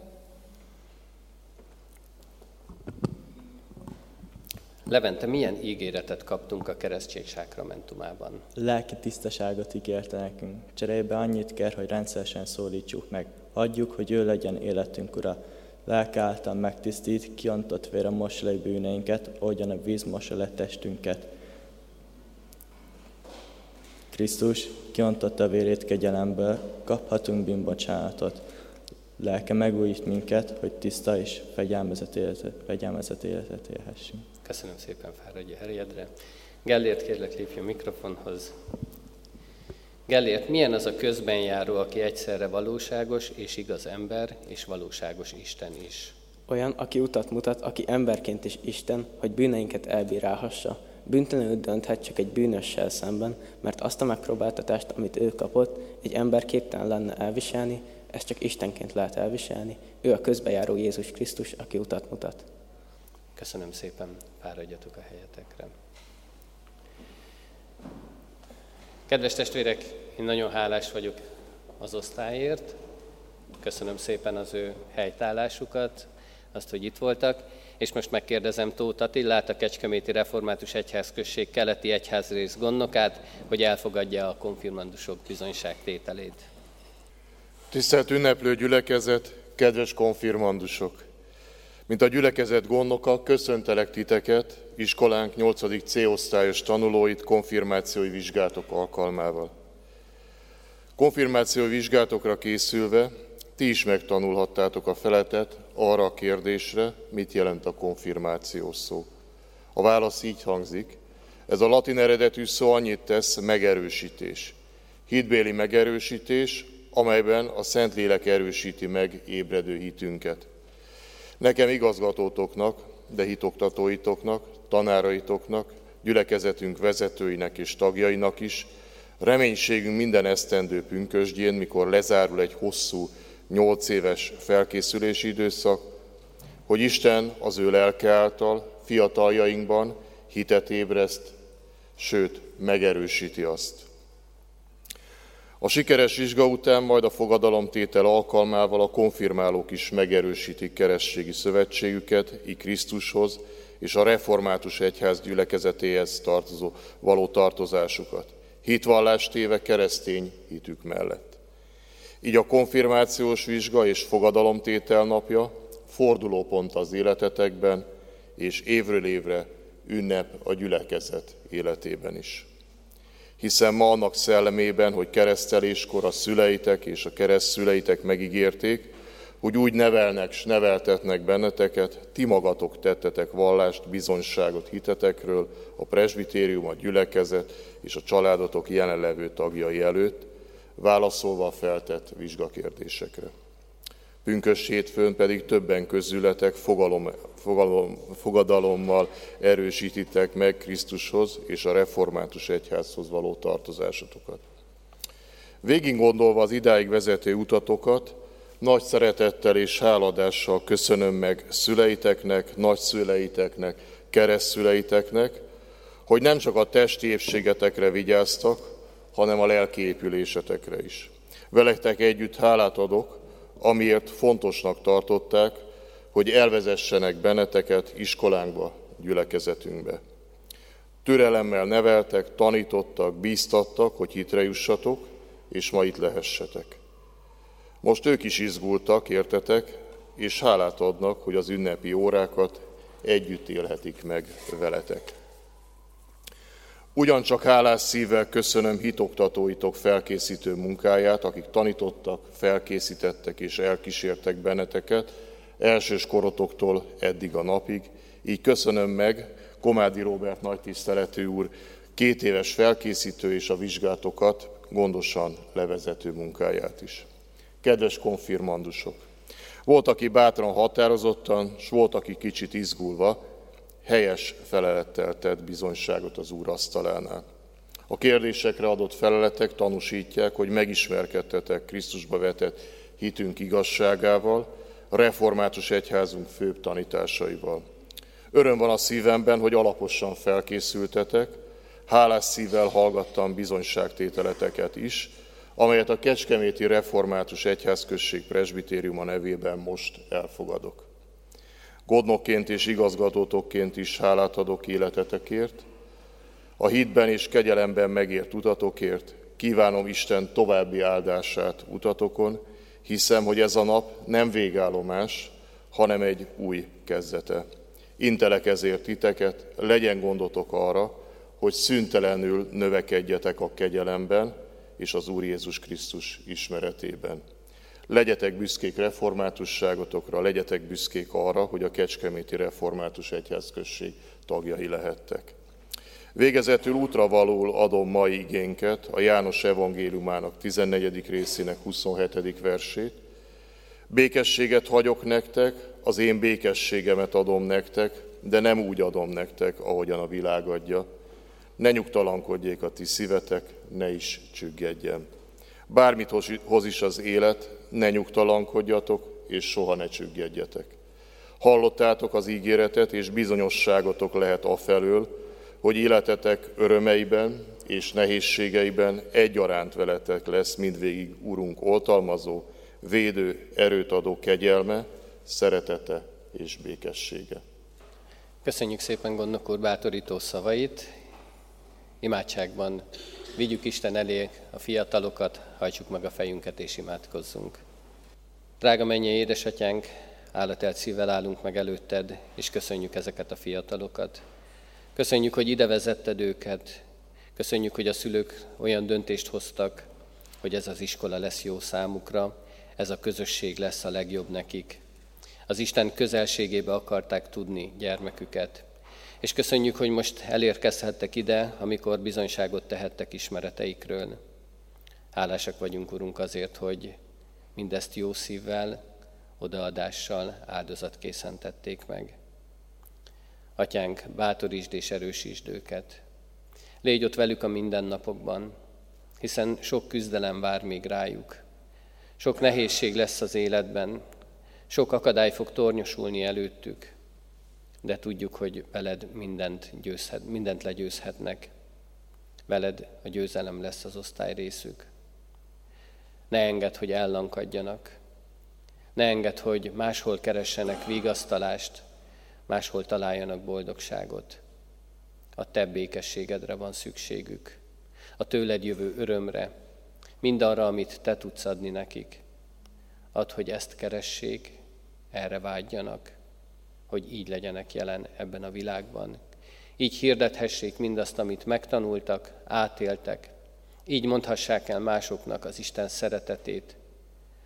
Levente, milyen ígéretet kaptunk a keresztség sákramentumában? Lelki tisztaságot ígérte nekünk. Cserébe annyit kér, hogy rendszeresen szólítsuk meg. Hagyjuk, hogy ő legyen életünk ura. Lelke által megtisztít, kiontott vére mossa le bűneinket, ahogyan a víz mossa le testünket. Krisztus kiontotta vérét kegyelemből, kaphatunk bűnbocsánatot. Lelke megújít minket, hogy tiszta és fegyelmezett életet élhessünk. Köszönöm szépen, fáradj a helyedre. Gellért, kérlek, lépj a mikrofonhoz. Gellért, milyen az a közben járó, aki egyszerre valóságos és igaz ember, és valóságos Isten is? Olyan, aki utat mutat, aki emberként is Isten, hogy bűneinket elbírálhassa. Bűntelenül dönthet csak egy bűnössel szemben, mert azt a megpróbáltatást, amit ő kapott, egy ember képtelen lenne elviselni, ezt csak Istenként lehet elviselni. Ő a közbejáró Jézus Krisztus, aki utat mutat. Köszönöm szépen, fáradjatok a helyetekre. Kedves testvérek, én nagyon hálás vagyok az osztályért. Köszönöm szépen az ő helytállásukat, azt, hogy itt voltak. És most megkérdezem Tóth Attillát, a Kecskeméti Református Egyházközség keleti egyházrész gondnokát, hogy elfogadja a konfirmandusok bizonyságtételét. Tisztelt ünneplő gyülekezet, kedves konfirmandusok! Mint a gyülekezet gondnoka, köszöntelek titeket, iskolánk 8. C-osztályos tanulóit konfirmációi vizsgátok alkalmával. Konfirmációi vizsgátokra készülve ti is megtanulhattátok a feletet arra a kérdésre, mit jelent a konfirmáció szó. A válasz így hangzik, ez a latin eredetű szó annyit tesz, megerősítés. Hitbéli megerősítés, amelyben a Szentlélek erősíti meg ébredő hitünket. Nekem igazgatótoknak, de hitoktatóitoknak, tanáraitoknak, gyülekezetünk vezetőinek és tagjainak is reménységünk minden esztendő pünkösdjén, mikor lezárul egy hosszú, 8 éves felkészülési időszak, hogy Isten az ő lelke által fiataljainkban hitet ébreszt, sőt, megerősíti azt. A sikeres vizsga után majd a fogadalomtétel alkalmával a konfirmálók is megerősítik keresztségi szövetségüket, így Krisztushoz és a református egyház gyülekezetéhez való tartozásukat, hitvallást téve keresztény hitük mellett. Így a konfirmációs vizsga és fogadalomtétel napja fordulópont az életetekben, és évről évre ünnep a gyülekezet életében is. Hiszen ma annak szellemében, hogy kereszteléskor a szüleitek és a keresztszüleitek megígérték, hogy úgy nevelnek s neveltetnek benneteket, ti magatok tettetek vallást, bizonyságot hitetekről a presbitérium, a gyülekezet és a családotok jelenlevő tagjai előtt, válaszolva a feltett vizsgakérdésekre. Pünkösd hétfőn pedig többen közületek fogadalommal erősítitek meg Krisztushoz és a református egyházhoz való tartozásotokat. Végig gondolva az idáig vezető utatokat, nagy szeretettel és háladással köszönöm meg szüleiteknek, nagyszüleiteknek, keresztszüleiteknek, hogy nem csak a testi épségetekre vigyáztak, hanem a lelki épülésetekre is. Veletek együtt hálát adok, amiért fontosnak tartották, hogy elvezessenek benneteket iskolánkba, gyülekezetünkbe. Türelemmel neveltek, tanítottak, bíztattak, hogy hitre jussatok, és ma itt lehessetek. Most ők is izgultak, értetek, és hálát adnak, hogy az ünnepi órákat együtt élhetik meg veletek. Ugyancsak hálás szívvel köszönöm hitoktatóitok felkészítő munkáját, akik tanítottak, felkészítettek és elkísértek benneteket, elsős korotoktól eddig a napig. Így köszönöm meg Komádi Róbert nagytiszteletű úr 2 éves felkészítő és a vizsgátokat gondosan levezető munkáját is. Kedves konfirmandusok! Volt, aki bátran, határozottan, s volt, aki kicsit izgulva, helyes felelettel tett bizonyságot az Úr asztalánál. A kérdésekre adott feleletek tanúsítják, hogy megismerkedtetek Krisztusba vetett hitünk igazságával, a református egyházunk főbb tanításaival. Öröm van a szívemben, hogy alaposan felkészültetek, hálás szívvel hallgattam bizonyságtételeteket is, amelyet a Kecskeméti Református Egyházközség presbitériuma nevében most elfogadok. Godnokként és igazgatótokként is hálát adok életetekért, a hitben és kegyelemben megért utatokért, kívánom Isten további áldását utatokon, hiszem, hogy ez a nap nem végállomás, hanem egy új kezdete. Intelek ezért titeket, legyen gondotok arra, hogy szüntelenül növekedjetek a kegyelemben és az Úr Jézus Krisztus ismeretében. Legyetek büszkék reformátusságotokra, legyetek büszkék arra, hogy a Kecskeméti Református Egyházközség tagjai lehettek. Végezetül útravalóul adom mai igénket, a János evangéliumának 14. részének 27. versét. Békességet hagyok nektek, az én békességemet adom nektek, de nem úgy adom nektek, ahogyan a világ adja. Ne nyugtalankodjék a ti szívetek, ne is csüggedjen. Bármit hoz is az élet, ne nyugtalankodjatok, és soha ne csüggedjetek. Hallottátok az ígéretet, és bizonyosságotok lehet afelől, hogy életetek örömeiben és nehézségeiben egyaránt veletek lesz mindvégig Urunk oltalmazó, védő, erőt adó kegyelme, szeretete és békessége. Köszönjük szépen Gondnok úr bátorító szavait. Imádságban vigyük Isten elé a fiatalokat, hajtsuk meg a fejünket és imádkozzunk. Drága mennyei édesatyánk, állatelt szívvel állunk meg előtted, és köszönjük ezeket a fiatalokat. Köszönjük, hogy ide vezetted őket. Köszönjük, hogy a szülők olyan döntést hoztak, hogy ez az iskola lesz jó számukra, ez a közösség lesz a legjobb nekik. Az Isten közelségébe akarták tudni gyermeküket. És köszönjük, hogy most elérkezhettek ide, amikor bizonyságot tehettek ismereteikről. Hálásak vagyunk, Urunk, azért, hogy mindezt jó szívvel, odaadással, áldozatkészen tették meg. Atyánk, bátorítsd és erősítsd őket. Légy ott velük a mindennapokban, hiszen sok küzdelem vár még rájuk. Sok nehézség lesz az életben, sok akadály fog tornyosulni előttük, de tudjuk, hogy veled mindent legyőzhetnek. Veled a győzelem lesz az osztály részük. Ne engedd, hogy ellankadjanak. Ne engedd, hogy máshol keressenek vigasztalást, máshol találjanak boldogságot. A te békességedre van szükségük, a tőled jövő örömre, mindarra, amit te tudsz adni nekik. Add, hogy ezt keressék, erre vágyjanak, hogy így legyenek jelen ebben a világban. Így hirdethessék mindazt, amit megtanultak, átéltek. Így mondhassák el másoknak az Isten szeretetét.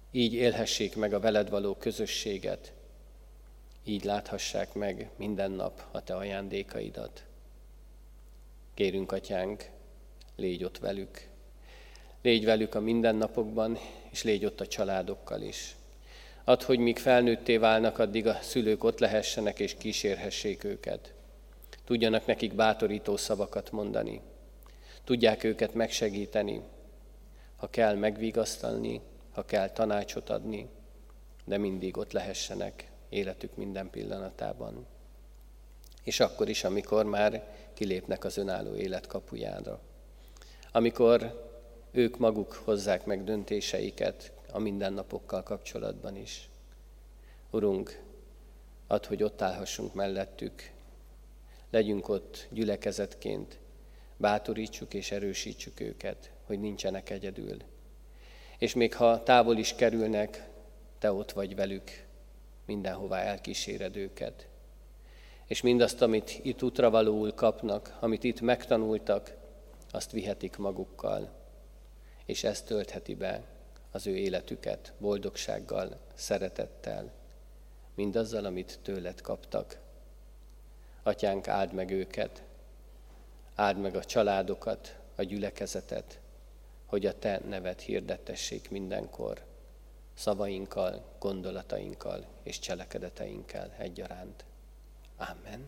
így élhessék meg a veled való közösséget, így láthassák meg minden nap a te ajándékaidat. Kérünk, Atyánk, légy ott velük. Légy velük a mindennapokban, és légy ott a családokkal is. Add, hogy míg felnőtté válnak, addig a szülők ott lehessenek és kísérhessék őket. Tudjanak nekik bátorító szavakat mondani. Tudják őket megsegíteni, ha kell megvigasztalni, ha kell tanácsot adni, de mindig ott lehessenek életük minden pillanatában. És akkor is, amikor már kilépnek az önálló élet kapujára. Amikor ők maguk hozzák meg döntéseiket a mindennapokkal kapcsolatban is. Urunk, add, hogy ott állhassunk mellettük, legyünk ott gyülekezetként, bátorítsuk és erősítsük őket, hogy nincsenek egyedül. És még ha távol is kerülnek, te ott vagy velük, mindenhová elkíséred őket. És mindazt, amit itt útravalóul kapnak, amit itt megtanultak, azt vihetik magukkal. És ez töltheti be az ő életüket boldogsággal, szeretettel, mindazzal, amit tőled kaptak. Atyánk, áld meg őket, áld meg a családokat, a gyülekezetet, hogy a te neved hirdettessék mindenkor, szavainkkal, gondolatainkkal és cselekedeteinkkel egyaránt. Amen.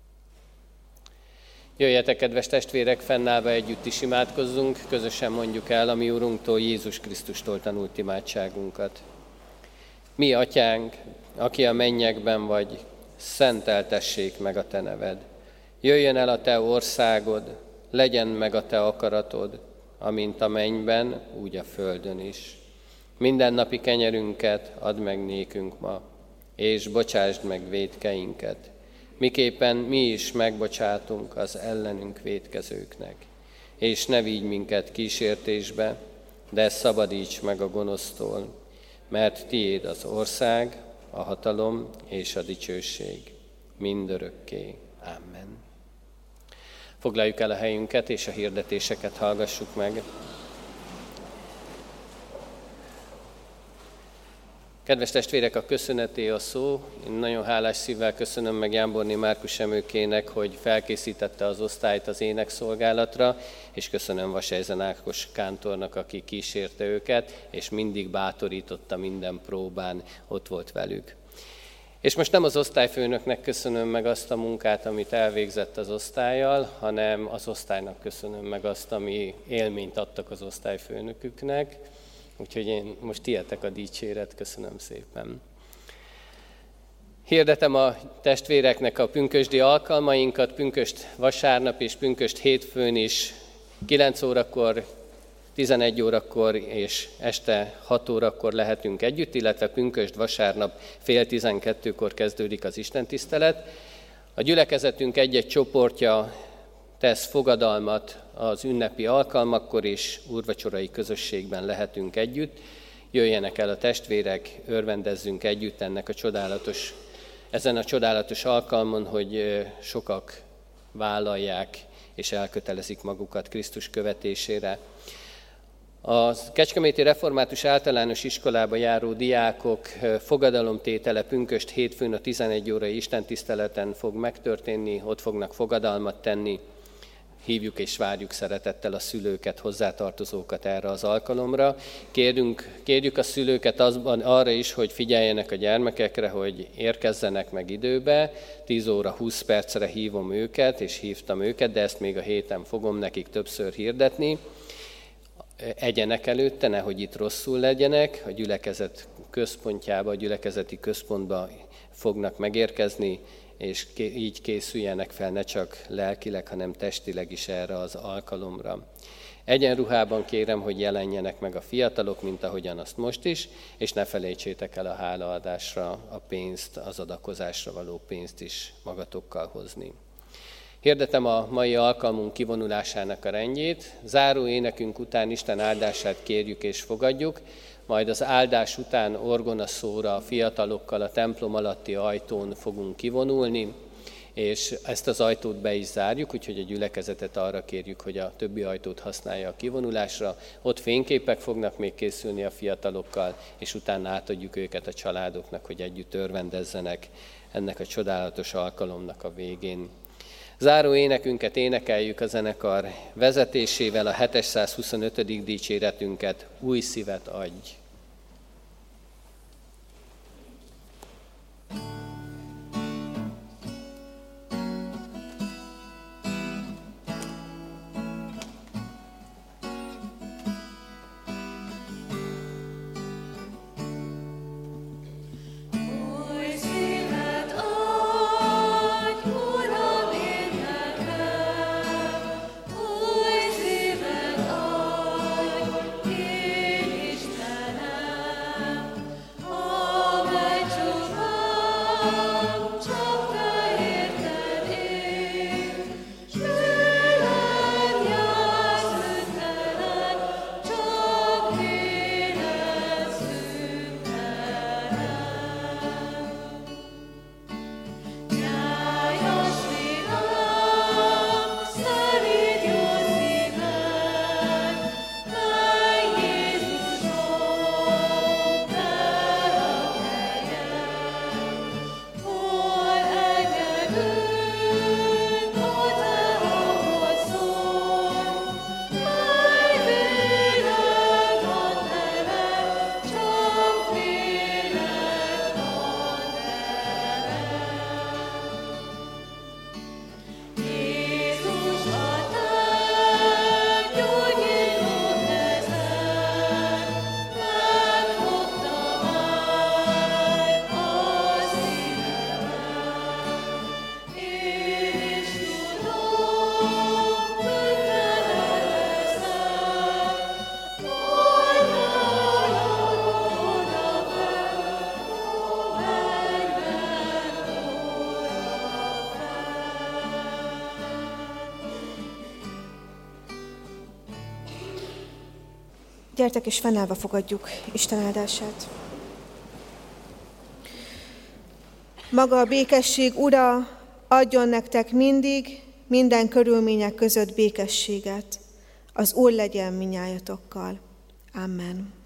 Jöjjetek, kedves testvérek, fennállva együtt is imádkozzunk, közösen mondjuk el a mi Urunktól, Jézus Krisztustól tanult imádságunkat. Mi, Atyánk, aki a mennyekben vagy, szenteltessék meg a te neved. Jöjjön el a te országod, legyen meg a te akaratod, amint a mennyben, úgy a földön is. Mindennapi kenyerünket add meg nékünk ma, és bocsásd meg vétkeinket, miképpen mi is megbocsátunk az ellenünk vétkezőknek. És ne vigy minket kísértésbe, de szabadíts meg a gonosztól, mert tiéd az ország, a hatalom és a dicsőség mindörökké. Amen. Foglaljuk el a helyünket, és a hirdetéseket hallgassuk meg. Kedves testvérek, a köszöneté a szó. Én nagyon hálás szívvel köszönöm meg Jámborné Márkus Emőkének, hogy felkészítette az osztályt az énekszolgálatra, és köszönöm Vasejzen Ákos kántornak, aki kísérte őket, és mindig bátorította minden próbán, ott volt velük. És most nem az osztályfőnöknek köszönöm meg azt a munkát, amit elvégzett az osztállyal, hanem az osztálynak köszönöm meg azt, ami élményt adtak az osztályfőnöküknek. Úgyhogy én most tietek a dicséret, köszönöm szépen. Hirdetem a testvéreknek a pünkösdi alkalmainkat, pünkösd vasárnap és pünkösd hétfőn is 9 órakor, 11 órakor és este 6 órakor lehetünk együtt, illetve pünkösd vasárnap fél 12-kor kezdődik az istentisztelet. A gyülekezetünk egy-egy csoportja tesz fogadalmat az ünnepi alkalmakkor, és úrvacsorai közösségben lehetünk együtt. Jöjjenek el a testvérek, örvendezzünk együtt ezen a csodálatos alkalmon, hogy sokak vállalják és elkötelezik magukat Krisztus követésére. A Kecskeméti Református Általános Iskolába járó diákok fogadalomtétele pünkösd hétfőn a 11 órai istentiszteleten fog megtörténni, ott fognak fogadalmat tenni. Hívjuk és várjuk szeretettel a szülőket, hozzátartozókat erre az alkalomra. Kérjük a szülőket arra is, hogy figyeljenek a gyermekekre, hogy érkezzenek meg időbe. 10 óra 20 percre hívom őket, és hívtam őket, de ezt még a héten fogom nekik többször hirdetni. Egyenek előtte, nehogy itt rosszul legyenek, a gyülekezet központjába, a gyülekezeti központba fognak megérkezni, és így készüljenek fel ne csak lelkileg, hanem testileg is erre az alkalomra. Egyenruhában kérem, hogy jelenjenek meg a fiatalok, mint ahogyan azt most is, és ne felejtsétek el a hálaadásra a pénzt, az adakozásra való pénzt is magatokkal hozni. Hirdetem a mai alkalmunk kivonulásának a rendjét. Záró énekünk után Isten áldását kérjük és fogadjuk, majd az áldás után orgonaszóra a fiatalokkal a templom alatti ajtón fogunk kivonulni, és ezt az ajtót be is zárjuk, úgyhogy a gyülekezetet arra kérjük, hogy a többi ajtót használja a kivonulásra. Ott fényképek fognak még készülni a fiatalokkal, és utána átadjuk őket a családoknak, hogy együtt örvendezzenek ennek a csodálatos alkalomnak a végén. Záró énekünket énekeljük a zenekar vezetésével, a 725. dicséretünket, Új szívet adj! Gyertek és fennállva fogadjuk Isten áldását. Maga a békesség Ura adjon nektek mindig, minden körülmények között békességet. Az Úr legyen minnyájatokkal. Amen.